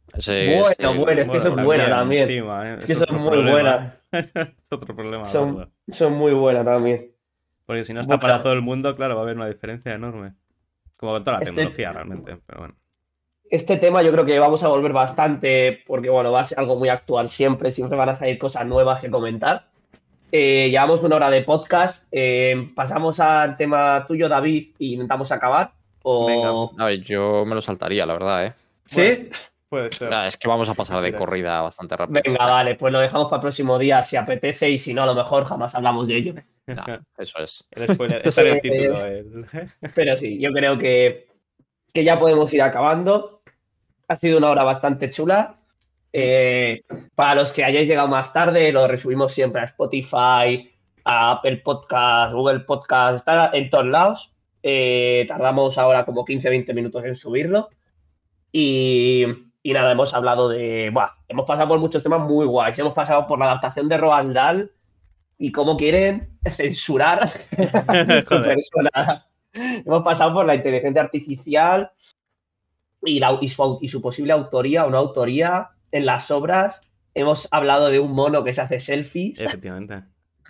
Bueno, es que eso es bueno también. Encima, Es que eso es muy buena. Es otro problema, la Son, verdad. son muy buenas también. Porque si no está Bueno, para todo el mundo, claro, va a haber una diferencia enorme. Como con toda la este, tecnología, realmente. Pero bueno. este tema yo creo que vamos a volver bastante, porque bueno, va a ser algo muy actual siempre van a salir cosas nuevas que comentar. Llevamos 1 hora de podcast. Pasamos al tema tuyo, David, y intentamos acabar. Venga. A ver, yo me lo saltaría, la verdad, ¿eh? Bueno, ¿Sí? puede ser. Es que vamos a pasar de Mentiras. corrida bastante rápido. Venga, vale, pues lo dejamos para el próximo día si apetece y si no, a lo mejor jamás hablamos de ello. Nah, eso es. El spoiler. Está en el título. Pero sí, yo creo que ya podemos ir acabando. Ha sido 1 hora bastante chula. Para los que hayáis llegado más tarde, lo resubimos siempre a Spotify, a Apple Podcast, Google Podcast, está en todos lados. Tardamos ahora como 15-20 minutos en subirlo. Y nada, hemos hablado de... Buah, hemos pasado por muchos temas muy guays. Hemos pasado por la adaptación de Roald Dahl y cómo quieren censurar su Joder. persona. Hemos pasado por la inteligencia artificial y su posible autoría o no autoría en las obras. Hemos hablado de un mono que se hace selfies. Efectivamente.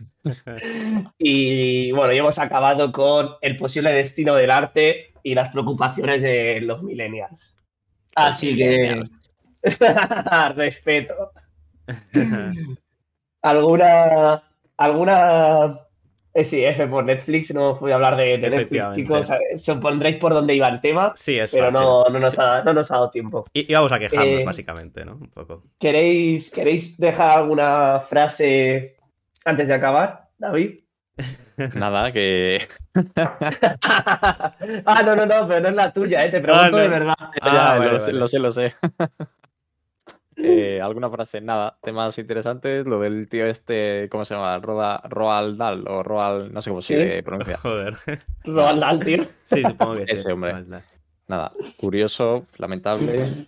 Y bueno, y hemos acabado con el posible destino del arte y las preocupaciones de los millennials. Así que... respeto. ¿Alguna... sí, F por Netflix, no voy a hablar de Netflix, Efectivamente. chicos. Supondréis por dónde iba el tema, Sí, es pero fácil. no nos Sí. ha dado tiempo. Y vamos a quejarnos, Eh, básicamente, ¿no? Un poco. ¿Queréis dejar alguna frase antes de acabar, David? Nada, que. No, pero no es la tuya, te pregunto no. de verdad. Ya, vale, lo sé. ¿Alguna frase? Nada. Temas interesantes. Lo del tío este, ¿cómo se llama? Roald Dahl o Roald, no sé cómo Sí. se pronuncia. Joder. Roald Dahl, tío. Sí, supongo que sí. Ese hombre. Vale. Nada. Curioso, lamentable.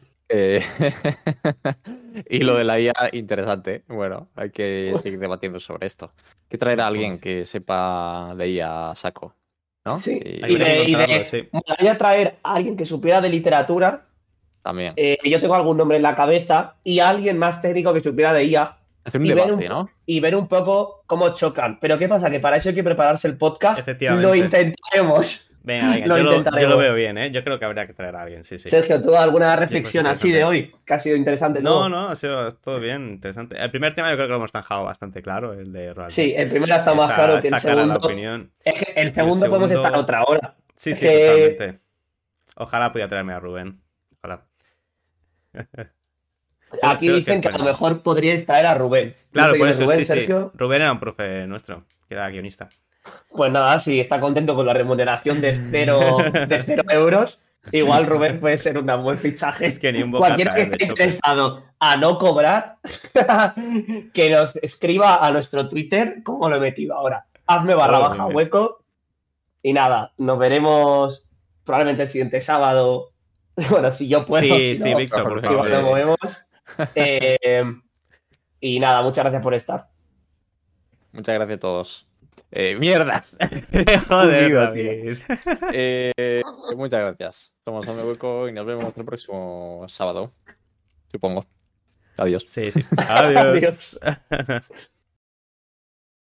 Y lo de la IA, interesante. Bueno, hay que seguir debatiendo sobre esto. Hay que traer a alguien que sepa de IA a saco, ¿no? Sí. Hay que encontrarlo, sí. Me gustaría traer a alguien que supiera de literatura. También. Yo tengo algún nombre en la cabeza y a alguien más técnico que supiera de IA. Hacer un y debate, ¿no? Y ver un poco cómo chocan. Pero ¿qué pasa? Que para eso hay que prepararse el podcast. Efectivamente. Lo intentaremos. Venga, yo lo veo bien, ¿eh? Yo creo que habría que traer a alguien, sí. Sergio, ¿tú alguna reflexión Pues así de hoy? Que ha sido interesante todo. No, ha sido todo bien, interesante. El primer tema yo creo que lo hemos dejado bastante claro, el de Roald. Sí, el primero ha estado más claro que el está clara la segundo. opinión. Es que el segundo podemos estar otra hora. Sí, Es totalmente. Ojalá pudiera traerme a Rubén. Ojalá. Aquí dicen que a lo mejor podríais traer a Rubén. Claro, ¿No sé por quién es eso, Rubén, sí. Sergio? Rubén era un profe nuestro, que era guionista. Pues nada, si está contento con la remuneración de 0 euros, igual Rubén puede ser un buen fichaje. Es que ni un bocata, Cualquiera que esté interesado a no cobrar, que nos escriba a nuestro Twitter, ¿cómo lo he metido ahora? Hazme / hueco. Y nada, nos veremos probablemente el siguiente sábado. Bueno, si yo puedo. Sí, si no, Víctor, por favor. Nos movemos. Y nada, muchas gracias por estar. Muchas gracias a todos. ¡Mierda! Joder, David. Muchas gracias. Somos Hazme Hueco y nos vemos el próximo sábado. Supongo. Adiós. Sí. Adiós.